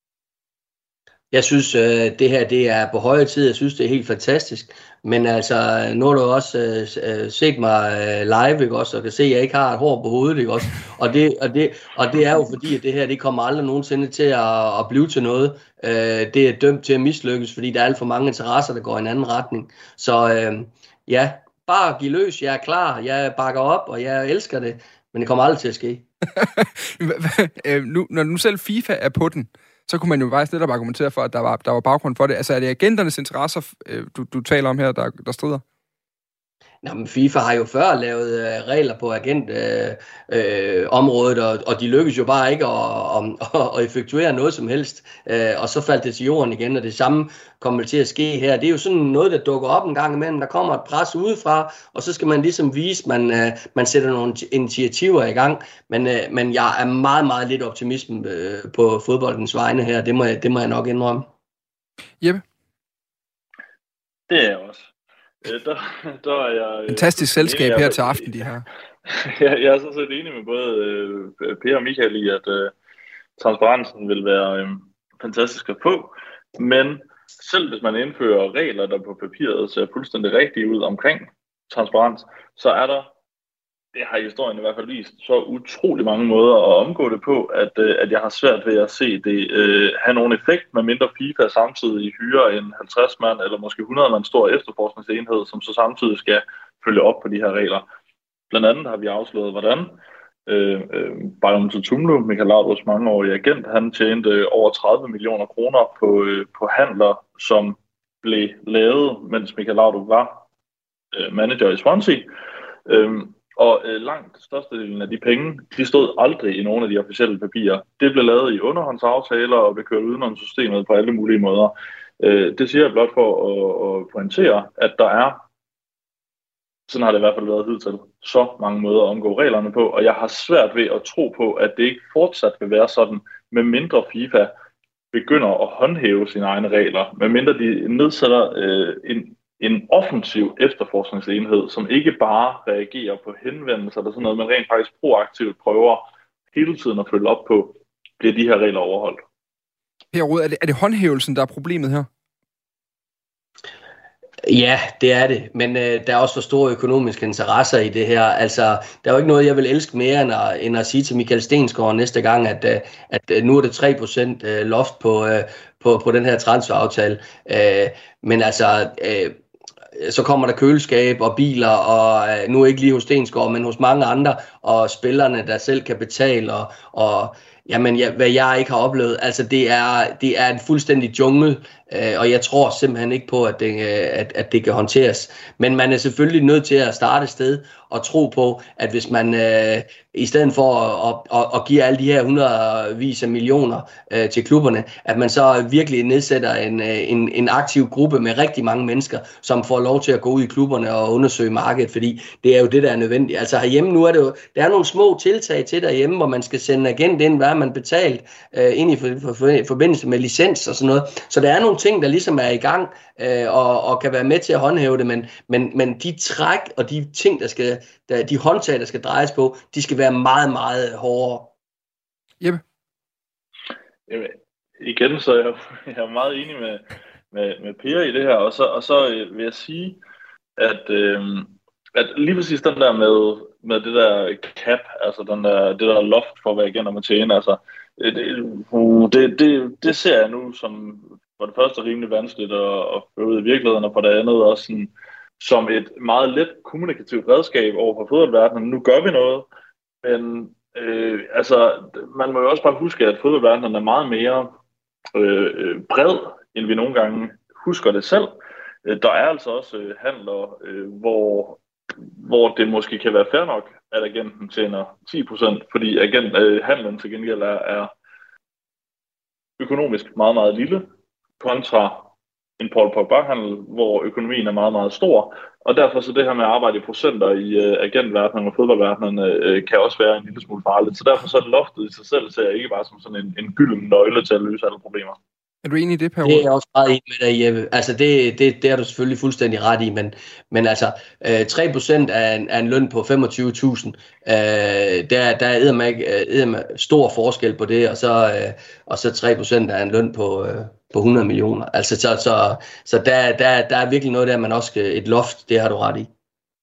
Jeg synes, øh, det her det er på høje tid. Jeg synes, det er helt fantastisk. Men altså, nu har du også øh, set mig øh, live, ikke også, og kan se, at jeg ikke har et hår på hovedet, ikke også. Og det, og det, og det er jo fordi, at det her, det kommer aldrig nogensinde til at, at blive til noget. Øh, det er dømt til at mislykkes, fordi der er alt for mange interesser, der går i en anden retning. Så øh, ja, bare giv løs. Jeg er klar. Jeg bakker op, og jeg elsker det. Men det kommer aldrig til at ske. nu, når nu selv FIFA er på den, så kunne man jo faktisk netop argumentere for, at der var, der var baggrund for det. Altså er det agenternes interesser, du, du taler om her, der, der strider? Nå, men FIFA har jo før lavet øh, regler på agentområdet, øh, øh, og, og de lykkes jo bare ikke at, at, at effektuere noget som helst. Øh, og så faldt det til jorden igen, og det samme kommer til at ske her. Det er jo sådan noget, der dukker op en gang imellem. Der kommer et pres udefra, og så skal man ligesom vise, at man, øh, man sætter nogle initiativer i gang. Men, øh, men jeg er meget, meget lidt optimisme øh, på fodboldens vegne her. Det må, jeg, det må jeg nok indrømme. Jeppe? Det er jeg også. Der, der er jeg... Fantastisk selskab her til aften, de her. Jeg, jeg er sådan set enig med både uh, Per og Michael i, at uh, transparensen vil være um, fantastisk at få. Men selv hvis man indfører regler, der på papiret ser fuldstændig rigtige ud omkring transparens, så er der, det har historien i hvert fald vist, så utrolig mange måder at omgå det på, at, uh, at jeg har svært ved at se det uh, have nogen effekt, med mindre FIFA samtidig hyrer en halvtreds mand eller måske hundrede mand stor efterforskningsenhed, som så samtidig skal følge op på de her regler. Blandt andet har vi afsløret, hvordan øh, øh, Bayern Tutumlu, Michael Laudrups mangeårige agent, han tjente over tredive millioner kroner på, øh, på handler, som blev lavet, mens Michael Laudrup var øh, manager i Swansea. Øh, Og øh, langt størstedelen af de penge, de stod aldrig i nogle af de officielle papirer. Det blev lavet i underhåndsaftaler og blev kørt udenom systemet på alle mulige måder. Øh, det siger jeg blot for at, at pointere, at der er, sådan har det i hvert fald været hidtil, så mange måder at omgå reglerne på, og jeg har svært ved at tro på, at det ikke fortsat vil være sådan, med mindre FIFA begynder at håndhæve sine egne regler, med mindre de nedsætter øh, en en offensiv efterforskningsenhed, som ikke bare reagerer på henvendelser eller sådan noget, men rent faktisk proaktivt prøver hele tiden at følge op på, bliver de her regler overholdt. Per Rud, er det, er det håndhævelsen, der er problemet her? Ja, det er det, men øh, der er også for store økonomiske interesser i det her. Altså, der er jo ikke noget, jeg vil elske mere, end at, end at sige til Michael Stensgaard næste gang, at, øh, at øh, nu er det tre procent øh, loft på, øh, på, på den her transferaftale. Øh, men altså, øh, så kommer der køleskab og biler, og øh, nu ikke lige hos Stensgaard, men hos mange andre, og spillerne, der selv kan betale, og, og jamen, ja, hvad jeg ikke har oplevet. Altså, det er, det er en fuldstændig jungle, øh, og jeg tror simpelthen ikke på, at det, øh, at, at det kan håndteres. Men man er selvfølgelig nødt til at starte et sted og tro på, at hvis man øh, i stedet for at, at, at, at give alle de her hundredvis af millioner øh, til klubberne, at man så virkelig nedsætter en, en, en aktiv gruppe med rigtig mange mennesker, som får lov til at gå ud i klubberne og undersøge markedet, fordi det er jo det, der er nødvendigt. Altså herhjemme nu er det jo, der er nogle små tiltag til derhjemme, hvor man skal sende agent ind, hvad man betalt øh, ind i for, for, for, forbindelse med licens og sådan noget. Så der er nogle ting, der ligesom er i gang øh, og, og kan være med til at håndhæve det, men, men, men de træk og de ting, der skal, der, de håndtag, der skal drejes på, de skal være meget, meget hårdere. Jeppe? Jamen, igen, så er jeg, jeg er meget enig med, med, med Per i det her, og så, og så vil jeg sige, at, øh, at lige præcis den der med, med det der cap, altså den der, det der loft for, hvad agenter må tjene, altså, det, det, det, det ser jeg nu som for det første rimelig vanskeligt at, at føre ud i virkeligheden, og for det andet også sådan, som et meget let kommunikativt redskab over for fodboldverdenen. Nu gør vi noget, men øh, altså, man må jo også bare huske, at fodboldverdenen er meget mere øh, bred, end vi nogle gange husker det selv. Der er altså også øh, handler, øh, hvor, hvor det måske kan være fair nok, at agenten tjener ti procent, fordi agent, øh, handlen til gengæld er, er økonomisk meget, meget lille, kontra en Paul Pogba-handel, hvor økonomien er meget, meget stor. Og derfor så det her med at arbejde i procenter i øh, agentverdenen og fodboldverdenen øh, kan også være en lille smule farligt. Så derfor så er det loftet i sig selv, ser jeg ikke bare som sådan en, en gylden nøgle til at løse alle problemer. Er du enig i det, Per? Det er jeg også meget enig med dig, Jeppe. Altså, det, det, det er du selvfølgelig fuldstændig ret i, men, men altså, øh, tre procent af en, af en løn på femogtyve tusind, øh, der, der er eddermame stor forskel på det, og så, øh, og så tre procent af en løn på, øh, på hundrede millioner. Altså, så, så, så der, der, der er virkelig noget der, man også skal, et loft, det har du ret i.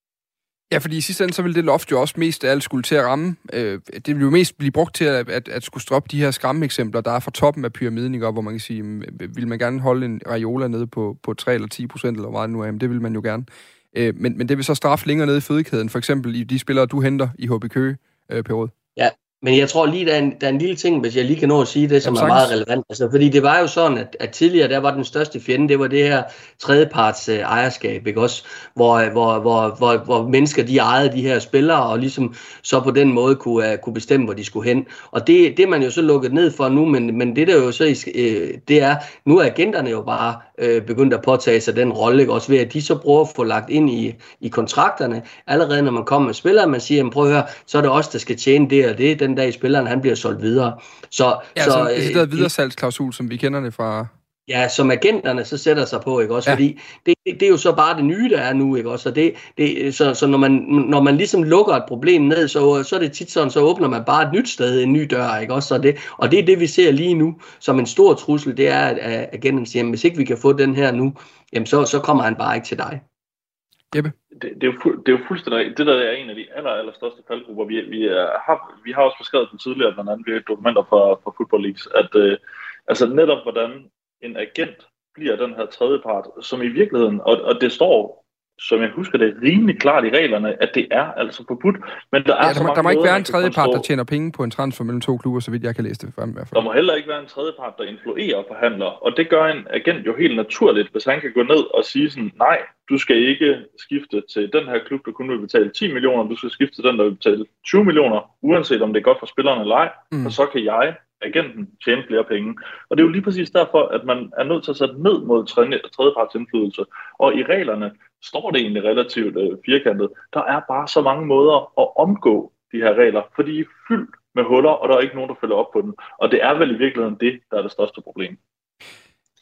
Ja, fordi i sidste ende, så vil det loft jo også mest af alt skulle til at ramme. Øh, det vil jo mest blive brugt til at, at, at skulle stoppe de her skræmmeeksempler, der er fra toppen af pyramiden, ikke? Hvor man kan sige, vil man gerne holde en Raiola nede på, på tre eller ti procent, eller hvad nu er, det vil man jo gerne. Øh, men, men det vil så straffe længere nede i fødekæden, for eksempel i de spillere, du henter i H B Køge øh, periode. Ja. Men jeg tror lige, der er, en, der er en lille ting, hvis jeg lige kan nå at sige det, som Jamen, er meget relevant. Altså, fordi det var jo sådan, at, at tidligere, der var den største fjende, det var det her tredjeparts øh, ejerskab, ikke også? Hvor, hvor, hvor, hvor, hvor mennesker, de ejede de her spillere, og ligesom så på den måde kunne, uh, kunne bestemme, hvor de skulle hen. Og det, det er man jo så lukket ned for nu, men, men det der jo så, øh, det er, nu er agenterne jo bare øh, begyndt at påtage sig den rolle, ikke også? Ved at de så prøver at få lagt ind i, i kontrakterne, allerede når man kommer med spillere, man siger, prøv at høre, så er det os, der skal tjene det og det, den dag spilleren han bliver solgt videre. Så, ja, så, så det er videresalgsklausul, som vi kender det fra... Ja, som agenterne så sætter sig på, ikke også? Ja. Fordi det, det, det er jo så bare det nye, der er nu, ikke også? Så, det, det, så, så når, man, når man ligesom lukker et problem ned, så, så er det tit sådan, så åbner man bare et nyt sted, en ny dør, ikke også? Så det, og det er det, vi ser lige nu som en stor trussel, det er, at agenten siger, hvis ikke vi kan få den her nu, jamen så, så kommer han bare ikke til dig. Jeppe? Det, det, er jo fu- det er jo fuldstændig, det der er en af de aller, aller største faldgrupper. Vi, vi, er, har, vi har også beskrevet den tidligere, blandt andet ved dokumenter fra, fra Football Leagues, at øh, altså netop hvordan en agent bliver den her tredjepart, som i virkeligheden, og, og det står, som jeg husker det, rimelig klart i reglerne, at det er altså forbudt. Men der, er ja, så der, mange der må ikke måder, være en tredjepart, der tjener penge på en transfer mellem to klubber, så vidt jeg kan læse det frem i hvert fald. Der må heller ikke være en tredjepart, der influerer og forhandler, og det gør en agent jo helt naturligt, hvis han kan gå ned og sige sådan, nej, du skal ikke skifte til den her klub, der kun vil betale ti millioner, du skal skifte til den, der vil betale tyve millioner, uanset om det er godt for spillerne eller ej, mm. og så kan jeg, agenten, tjene flere penge. Og det er jo lige præcis derfor, at man er nødt til at sætte ned mod tredjeparts indflydelse. Og i reglerne står det egentlig relativt øh, firkantet. Der er bare så mange måder at omgå de her regler, for de er fyldt med huller, og der er ikke nogen, der følger op på dem. Og det er vel i virkeligheden det, der er det største problem.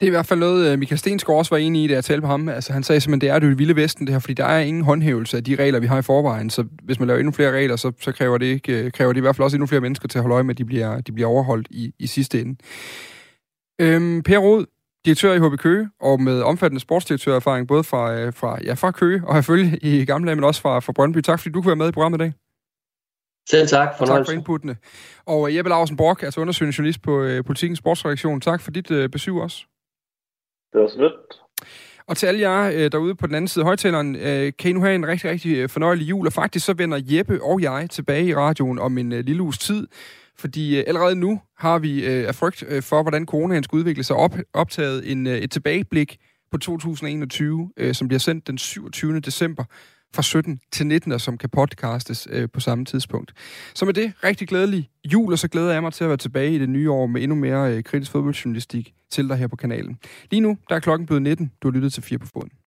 Det er i hvert fald noget, Michael Stensgaard også var enig i, da jeg talte på ham. Altså, han sagde simpelthen, det er det vilde vesten, det her, fordi der er ingen håndhævelse af de regler, vi har i forvejen. Så hvis man laver endnu flere regler, så, så kræver, det ikke, kræver det i hvert fald også endnu flere mennesker til at holde øje med, at de bliver, de bliver overholdt i, i sidste ende. Øhm, Per Rod, direktør i H B Køge, og med omfattende sportsdirektørerfaring, både fra, fra, ja, fra Køge og selvfølgelig i gamle dage, men også fra, fra Brøndby. Tak fordi du kunne være med i programmet i dag. Selv tak. Tak for inputtene. Og Jeppe Lausen Borch, altså undersøgende journalist på uh, Politikens Sportsredaktion. Tak for dit uh, besøg også. Det var så lidt. Og til alle jer uh, derude på den anden side af højtaleren, uh, kan I nu have en rigtig, rigtig fornøjelig jul. Og faktisk så vender Jeppe og jeg tilbage i radioen om en uh, lille uges tid. Fordi uh, allerede nu har vi uh, af frygt uh, for, hvordan coronaen skal udvikle sig, op, optaget en, uh, et tilbageblik på to tusind og enogtyve, uh, som bliver sendt den syvogtyvende december fra sytten til nitten, og som kan podcastes øh, på samme tidspunkt. Så med det, rigtig glædelig jul, og så glæder jeg mig til at være tilbage i det nye år med endnu mere øh, kritisk fodboldjournalistik til dig her på kanalen. Lige nu, der er klokken blevet nitten. Du har lyttet til fire på foden.